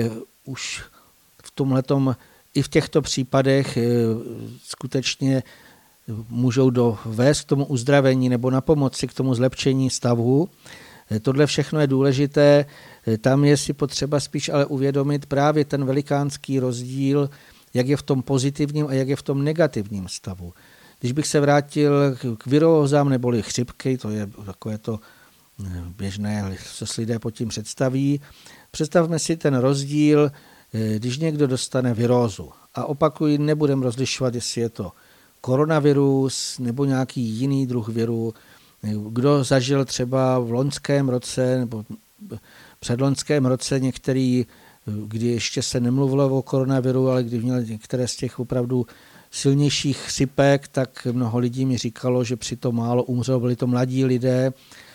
už v tomhletom, i v těchto případech skutečně můžou dovést k tomu uzdravení nebo na pomoci k tomu zlepšení stavu. Tohle všechno je důležité, tam je si potřeba spíš ale uvědomit právě ten velikánský rozdíl, jak je v tom pozitivním a jak je v tom negativním stavu. Když bych se vrátil k virózám neboli chřipky, to je takové to běžné, co si lidé pod tím představí, představme si ten rozdíl, když někdo dostane virózu, a opakuji, nebudeme rozlišovat, jestli je to koronavirus nebo nějaký jiný druh viru, kdo zažil třeba v loňském roce nebo předloňském roce některý, kdy ještě se nemluvilo o koronaviru, ale kdy měl některé z těch opravdu silnějších chřipek, tak mnoho lidí mi říkalo, že při tom málo umřelo, byli to mladí lidé,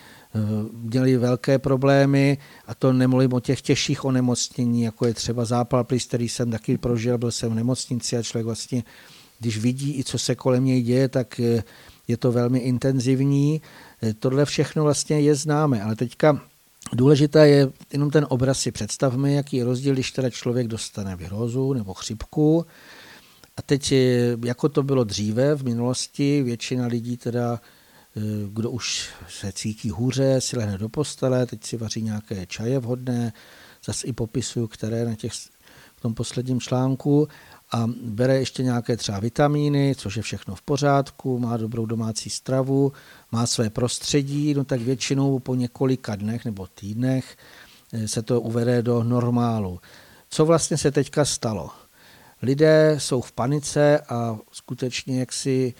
měli velké problémy a to nemluvím o těch těžších onemocnění, jako je třeba zápal plic, který jsem taky prožil, byl jsem v nemocnici a člověk vlastně, když vidí i co se kolem něj děje, tak je to velmi intenzivní. Tohle všechno vlastně je známe, ale teďka důležité je jenom ten obraz si představme, jaký je rozdíl, když teda člověk dostane virózu nebo chřipku. A teď, jako to bylo dříve v minulosti, většina lidí teda, kdo už se cítí hůře, si lehne do postele, teď si vaří nějaké čaje vhodné, zase i popisuju, které na těch, v tom posledním článku, a bere ještě nějaké třeba vitamíny, což je všechno v pořádku, má dobrou domácí stravu, má své prostředí, no tak většinou po několika dnech nebo týdnech se to uvede do normálu. Co vlastně se teďka stalo? Lidé jsou v panice a skutečně jaksi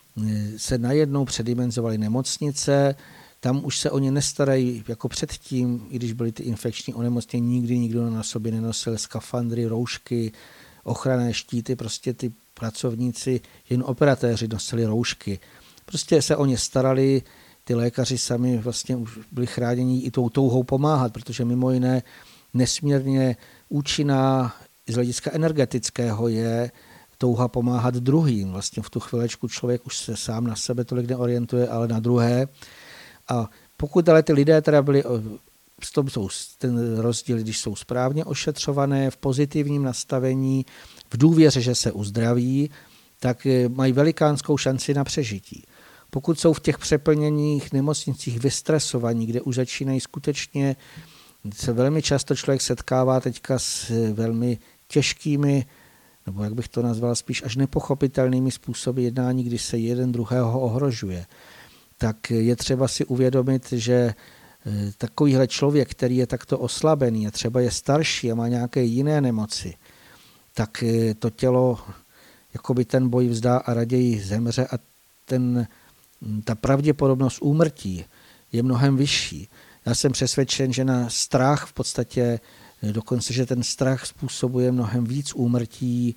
se najednou předimenzovali nemocnice, tam už se o ně nestarají jako předtím, i když byly ty infekční onemocnění, nikdy nikdo na sobě nenosil skafandry, roušky, ochranné štíty, prostě ty pracovníci, jen operatéři nosili roušky. Prostě se o ně starali, ty lékaři sami vlastně už byli chráněni i tou touhou pomáhat, protože mimo jiné nesmírně účinná z hlediska energetického je touha pomáhat druhým. Vlastně v tu chvilečku člověk už se sám na sebe tolik neorientuje, ale na druhé. A pokud ale ty lidé teda byli, v tom jsou ten rozdíl, když jsou správně ošetřované, v pozitivním nastavení, v důvěře, že se uzdraví, tak mají velikánskou šanci na přežití. Pokud jsou v těch přeplněných nemocnicích vystresovaní, kde už začínají skutečně, se velmi často člověk setkává teďka s velmi těžkými, nebo jak bych to nazval, spíš až nepochopitelnými způsoby jednání, kdy se jeden druhého ohrožuje, tak je třeba si uvědomit, že takovýhle člověk, který je takto oslabený a třeba je starší a má nějaké jiné nemoci, tak to tělo jakoby ten boj vzdá a raději zemře a ten, ta pravděpodobnost úmrtí je mnohem vyšší. Já jsem přesvědčen, že na strach v podstatě, dokonce, že ten strach způsobuje mnohem víc úmrtí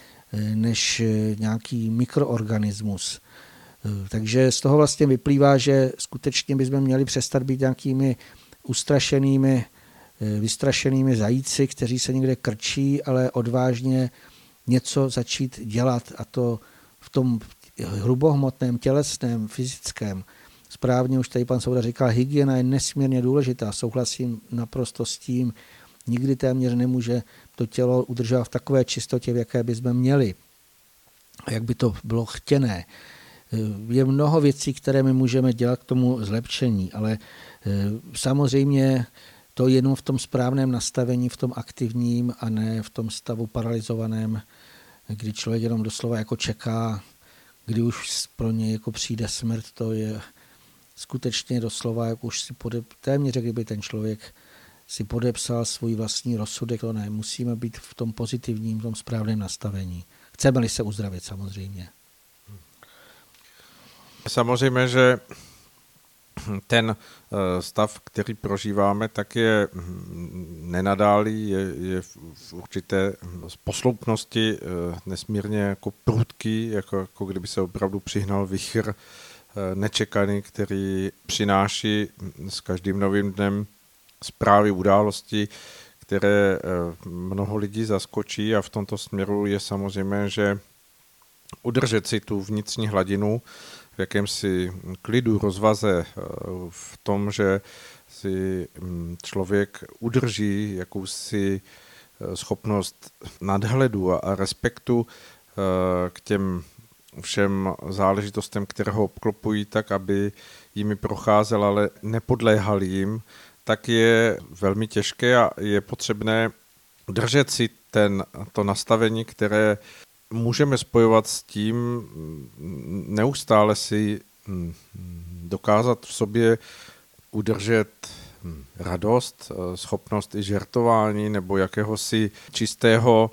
než nějaký mikroorganismus. Takže z toho vlastně vyplývá, že skutečně bychom měli přestat být nějakými ustrašenými, vystrašenými zajíci, kteří se někde krčí, ale odvážně něco začít dělat, a to v tom hrubohmotném, tělesném, fyzickém. Správně už tady pan Souda říkal, hygiena je nesmírně důležitá, souhlasím naprosto s tím, nikdy téměř nemůže to tělo udržovat v takové čistotě, v jaké bychom měli, jak by to bylo chtěné. Je mnoho věcí, které my můžeme dělat k tomu zlepšení, ale samozřejmě to jenom v tom správném nastavení, v tom aktivním a ne v tom stavu paralyzovaném, kdy člověk jenom doslova jako čeká, kdy už pro něj jako přijde smrt. To je skutečně doslova, jak už si pode, téměř, kdyby ten člověk si podepsal svůj vlastní rozsudek. To ne, musíme být v tom pozitivním, v tom správném nastavení. Chceme-li se uzdravit samozřejmě. Samozřejmě, že ten stav, který prožíváme, tak je nenadálý, je, je v určité posloupnosti nesmírně jako prudký, jako, jako kdyby se opravdu přihnal vichr nečekaný, který přináší s každým novým dnem zprávy události, které mnoho lidí zaskočí, a v tomto směru je samozřejmě, že udržet si tu vnitřní hladinu v jakémsi klidu, rozvaze, v tom, že si člověk udrží jakousi schopnost nadhledu a respektu k těm všem záležitostem, které ho obklopují, tak, aby jimi procházel, ale nepodléhal jim, tak je velmi těžké a je potřebné držet si ten, to nastavení, které můžeme spojovat s tím, neustále si dokázat v sobě udržet radost, schopnost i žertování nebo jakéhosi čistého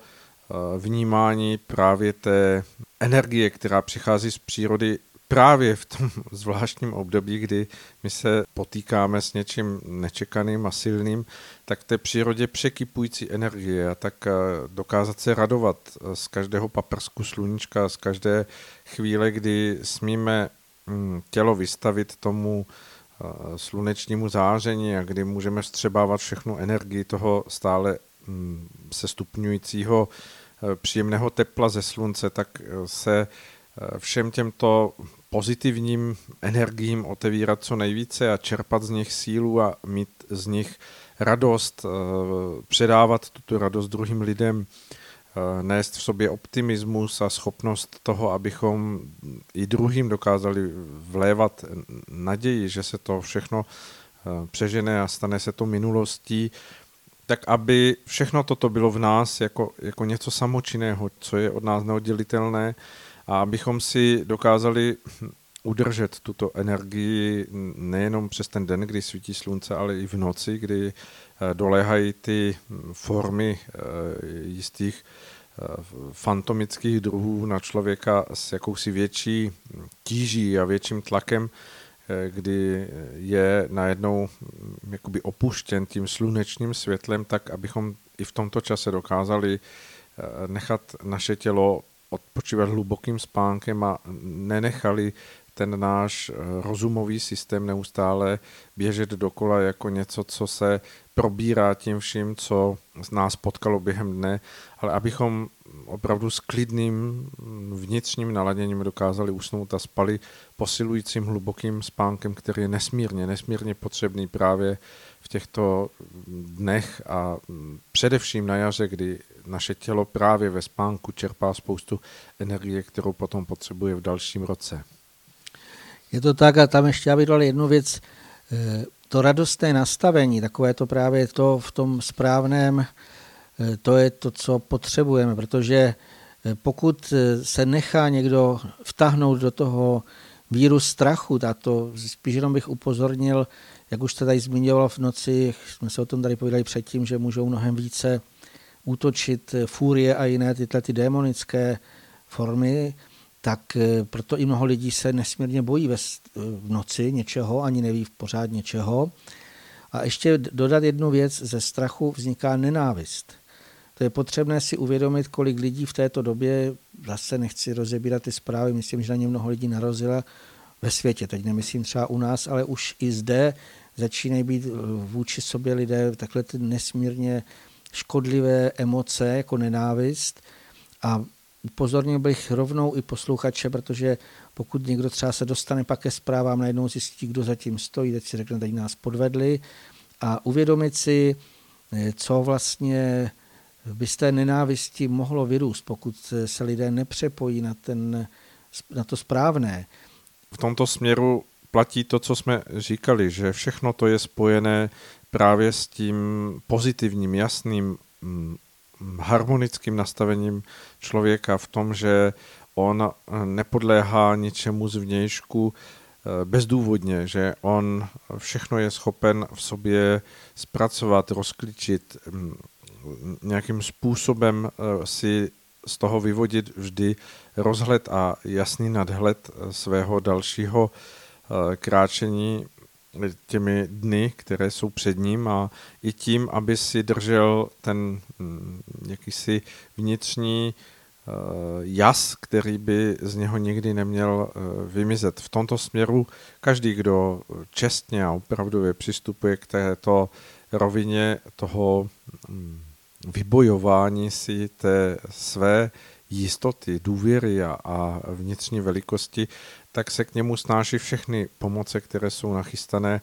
vnímání právě té energie, která přichází z přírody právě v tom zvláštním období, kdy my se potýkáme s něčím nečekaným a silným, tak v té přírodě překypující energie a tak dokázat se radovat z každého paprsku sluníčka, z každé chvíle, kdy smíme tělo vystavit tomu slunečnímu záření a kdy můžeme vstřebávat všechnu energii toho stále se stupňujícího příjemného tepla ze slunce, tak se všem těmto pozitivním energiím otevírat co nejvíce a čerpat z nich sílu a mít z nich radost, předávat tuto radost druhým lidem, nést v sobě optimismus a schopnost toho, abychom i druhým dokázali vlévat naději, že se to všechno přežene a stane se to minulostí, tak aby všechno toto bylo v nás jako, jako něco samočinného, co je od nás neoddělitelné, a abychom si dokázali udržet tuto energii nejenom přes ten den, kdy svítí slunce, ale i v noci, kdy doléhají ty formy jistých fantomických druhů na člověka s jakousi větší tíží a větším tlakem, kdy je najednou jakoby opuštěn tím slunečním světlem, tak abychom i v tomto čase dokázali nechat naše tělo odpočívat hlubokým spánkem a nenechali ten náš rozumový systém neustále běžet dokola jako něco, co se probírá tím vším, co nás potkalo během dne, ale abychom opravdu s klidným vnitřním naladěním dokázali usnout a spali posilujícím hlubokým spánkem, který je nesmírně, nesmírně potřebný právě v těchto dnech a především na jaře, kdy naše tělo právě ve spánku čerpá spoustu energie, kterou potom potřebuje v dalším roce. Je to tak a tam ještě já bych dal jednu věc, to radostné nastavení, takové to právě to v tom správném, to je to, co potřebujeme, protože pokud se nechá někdo vtáhnout do toho víru strachu, a to spíš jenom bych upozornil, jak už jste tady zmiňoval v noci, jsme se o tom tady povídali předtím, že můžou mnohem více útočit fúrie a jiné tyhle ty démonické formy, tak proto i mnoho lidí se nesmírně bojí ve, v noci něčeho, ani neví pořád něčeho. A ještě dodat jednu věc, ze strachu vzniká nenávist. To je potřebné si uvědomit, kolik lidí v této době, zase nechci rozebírat ty zprávy, myslím, že na ně mnoho lidí narazilo ve světě, teď nemyslím třeba u nás, ale už i zde začínají být vůči sobě lidé takhle ty nesmírně škodlivé emoce jako nenávist a upozornil bych rovnou i posluchače, protože pokud někdo třeba se dostane pak ke zprávám, najednou zjistí, kdo zatím stojí, teď si řekne, tady nás podvedli a uvědomit si, co vlastně by z té nenávisti mohlo vyrůst, pokud se lidé nepřepojí na, ten, na to správné. V tomto směru platí to, co jsme říkali, že všechno to je spojené právě s tím pozitivním, jasným, harmonickým nastavením člověka v tom, že on nepodléhá ničemu zvnějšku bezdůvodně, že on všechno je schopen v sobě zpracovat, rozklíčit, nějakým způsobem si z toho vyvodit vždy rozhled a jasný nadhled svého dalšího kráčení těmi dny, které jsou před ním a i tím, aby si držel ten jakýsi vnitřní jas, který by z něho nikdy neměl vymizet. V tomto směru každý, kdo čestně a opravdově přistupuje k této rovině toho vybojování si té své jistoty, důvěry a, a vnitřní velikosti, tak se k němu snáší všechny pomoce, které jsou nachystané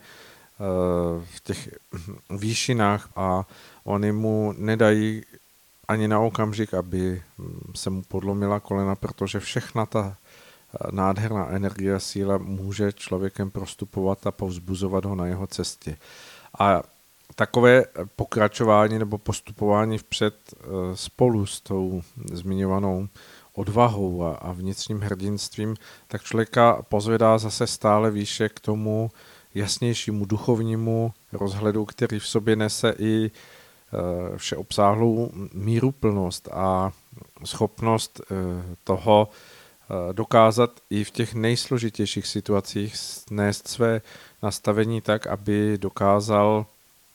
v těch výšinách a oni mu nedají ani na okamžik, aby se mu podlomila kolena, protože všechna ta nádherná energie a síla může člověkem prostupovat a povzbuzovat ho na jeho cestě. A takové pokračování nebo postupování vpřed spolu s tou zmiňovanou odvahou a, a vnitřním hrdinstvím, tak člověka pozvedá zase stále výše k tomu jasnějšímu duchovnímu rozhledu, který v sobě nese i všeobsáhlou míruplnost a schopnost toho dokázat i v těch nejsložitějších situacích nést své nastavení tak, aby dokázal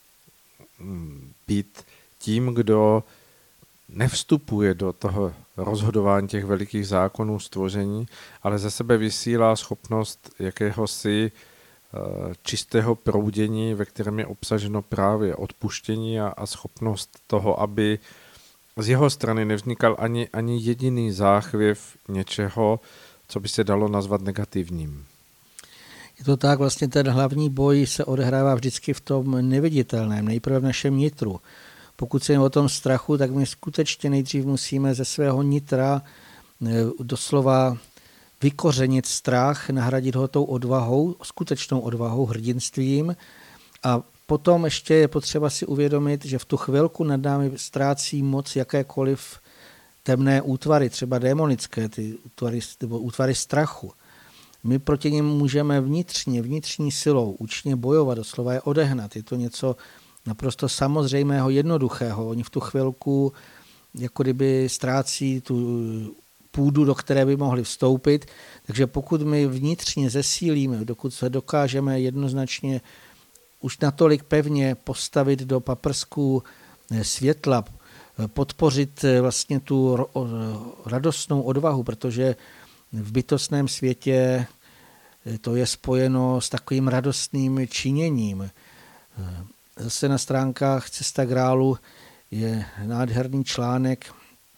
být tím, kdo nevstupuje do toho rozhodování těch velikých zákonů stvoření, ale ze sebe vysílá schopnost jakéhosi čistého proudění, ve kterém je obsaženo právě odpuštění a, a schopnost toho, aby z jeho strany nevznikal ani, ani jediný záchvěv něčeho, co by se dalo nazvat negativním. Je to tak, vlastně ten hlavní boj se odehrává vždycky v tom neviditelném, nejprve v našem nitru. Pokud se o tom strachu, tak my skutečně nejdřív musíme ze svého nitra doslova vykořenit strach, nahradit ho tou odvahou, skutečnou odvahou, hrdinstvím. A potom ještě je potřeba si uvědomit, že v tu chvilku nad námi ztrácí moc jakékoliv temné útvary, třeba démonické, ty útvary, nebo útvary strachu. My proti nim můžeme vnitřně, vnitřní silou účinně bojovat, doslova je odehnat. Je to něco naprosto samozřejmého, jednoduchého. Oni v tu chvilku jako kdyby ztrácí tu půdu, do které by mohli vstoupit. Takže pokud my vnitřně zesílíme, dokud se dokážeme jednoznačně už natolik pevně postavit do paprsku světla, podpořit vlastně tu radostnou odvahu, protože v bytostném světě to je spojeno s takovým radostným činěním. Zase na stránkách Cesta k Grálu je nádherný článek,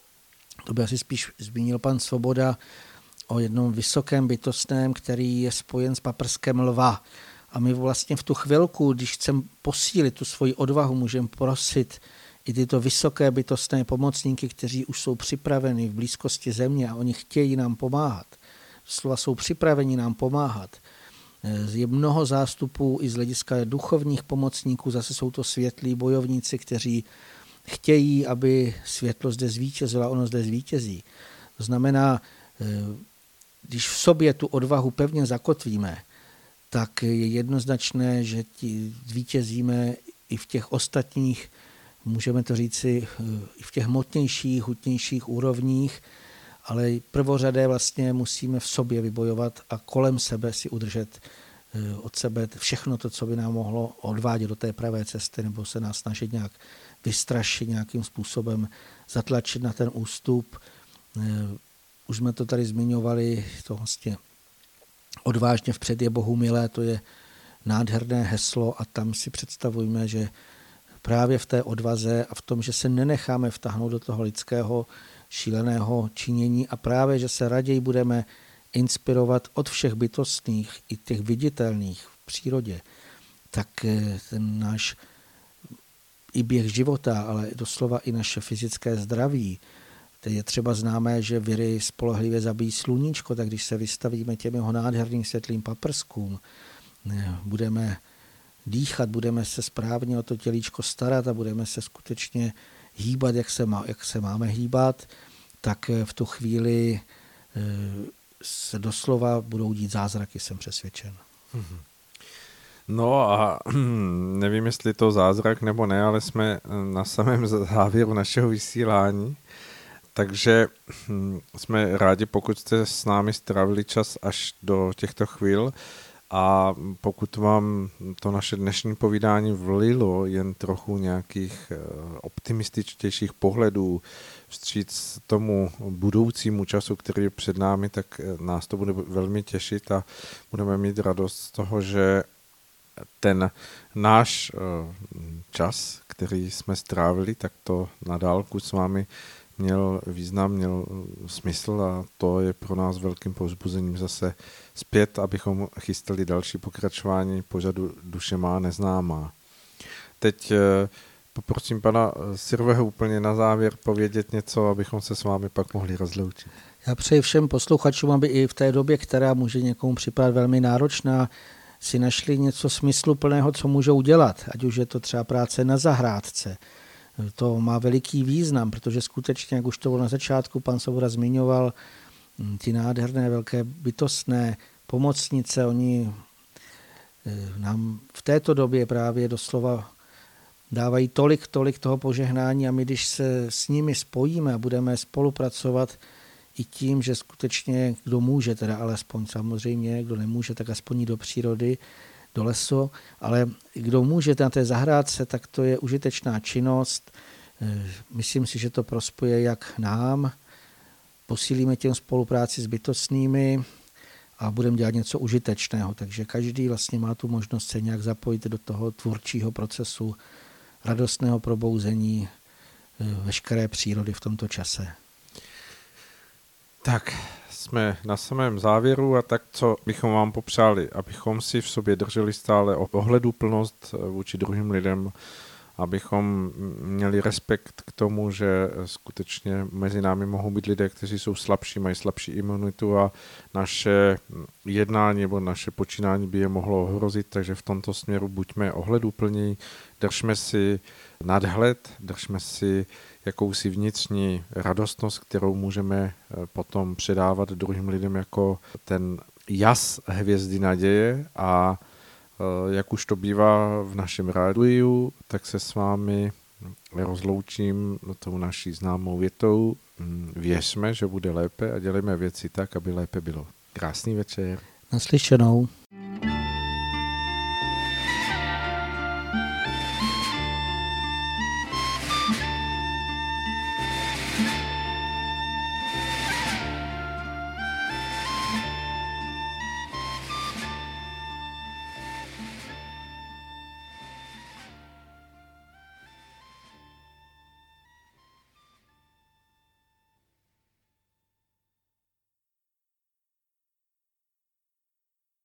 to by asi spíš zmínil pan Svoboda, o jednom vysokém bytostném, který je spojen s paprskem lva. A my vlastně v tu chvilku, když chceme posílit tu svoji odvahu, můžeme prosit i tyto vysoké bytostné pomocníky, kteří už jsou připraveni v blízkosti země a oni chtějí nám pomáhat. Slova jsou připraveni nám pomáhat. Je mnoho zástupů i z hlediska duchovních pomocníků, zase jsou to světlí bojovníci, kteří chtějí, aby světlo zde zvítězilo a ono zde zvítězí. To znamená, když v sobě tu odvahu pevně zakotvíme, tak je jednoznačné, že ti zvítězíme i v těch ostatních, můžeme to říci, i v těch hmotnějších, hutnějších úrovních, ale prvořadé vlastně musíme v sobě vybojovat a kolem sebe si udržet od sebe všechno to, co by nám mohlo odvádět do té pravé cesty nebo se nás snažit nějak vystrašit, nějakým způsobem zatlačit na ten ústup. Už jsme to tady zmiňovali, to vlastně odvážně vpřed je Bohu milé, to je nádherné heslo a tam si představujeme, že právě v té odvaze a v tom, že se nenecháme vtáhnout do toho lidského šíleného činění a právě, že se raději budeme inspirovat od všech bytostných i těch viditelných v přírodě, tak ten náš i běh života, ale doslova i naše fyzické zdraví. Teď je třeba známé, že viry spolehlivě zabíjí sluníčko, tak když se vystavíme těm jeho nádherným světlým paprskům, budeme dýchat, budeme se správně o to tělíčko starat a budeme se skutečně hýbat, jak se, má, jak se máme hýbat, tak v tu chvíli se doslova budou dít zázraky, jsem přesvědčen. No a nevím, jestli to zázrak nebo ne, ale jsme na samém závěru našeho vysílání, takže jsme rádi, pokud jste s námi strávili čas až do těchto chvíl a pokud vám to naše dnešní povídání vlilo jen trochu nějakých optimističtějších pohledů vstříc tomu budoucímu času, který je před námi, tak nás to bude velmi těšit a budeme mít radost z toho, že ten náš čas, který jsme strávili, tak to na dálku s vámi měl význam, měl smysl a to je pro nás velkým povzbuzením zase zpět, abychom chystali další pokračování pořadu Duše má neznámá. Teď poprosím pana Sirveho úplně na závěr povědět něco, abychom se s vámi pak mohli rozloučit. Já přeji všem posluchačům, aby i v té době, která může někomu připadat velmi náročná, si našli něco smysluplného, co můžou dělat, ať už je to třeba práce na zahrádce. To má veliký význam, protože skutečně, jak už to bylo na začátku, pan Svoboda zmiňoval, ty nádherné, velké bytostné pomocnice, oni nám v této době právě doslova dávají tolik, tolik toho požehnání a my, když se s nimi spojíme a budeme spolupracovat i tím, že skutečně kdo může, teda alespoň samozřejmě, kdo nemůže, tak aspoň do přírody, do lesu, ale kdo může na té zahrádce, tak to je užitečná činnost. Myslím si, že to prospěje jak nám, posílíme těm spolupráci s bytostnými a budeme dělat něco užitečného. Takže každý vlastně má tu možnost se nějak zapojit do toho tvůrčího procesu radostného probouzení veškeré přírody v tomto čase. Tak, jsme na samém závěru a tak, co bychom vám popřáli, abychom si v sobě drželi stále ohleduplnost vůči druhým lidem, abychom měli respekt k tomu, že skutečně mezi námi mohou být lidé, kteří jsou slabší, mají slabší imunitu a naše jednání nebo naše počínání by je mohlo ohrozit, takže v tomto směru buďme ohleduplní, držme si nadhled, držme si jakousi vnitřní radostnost, kterou můžeme potom předávat druhým lidem jako ten jas hvězdy naděje a jak už to bývá v našem rádiu, tak se s vámi rozloučím tou naší známou větou. Věřme, že bude lépe a dělejme věci tak, aby lépe bylo. Krásný večer. Naslyšenou.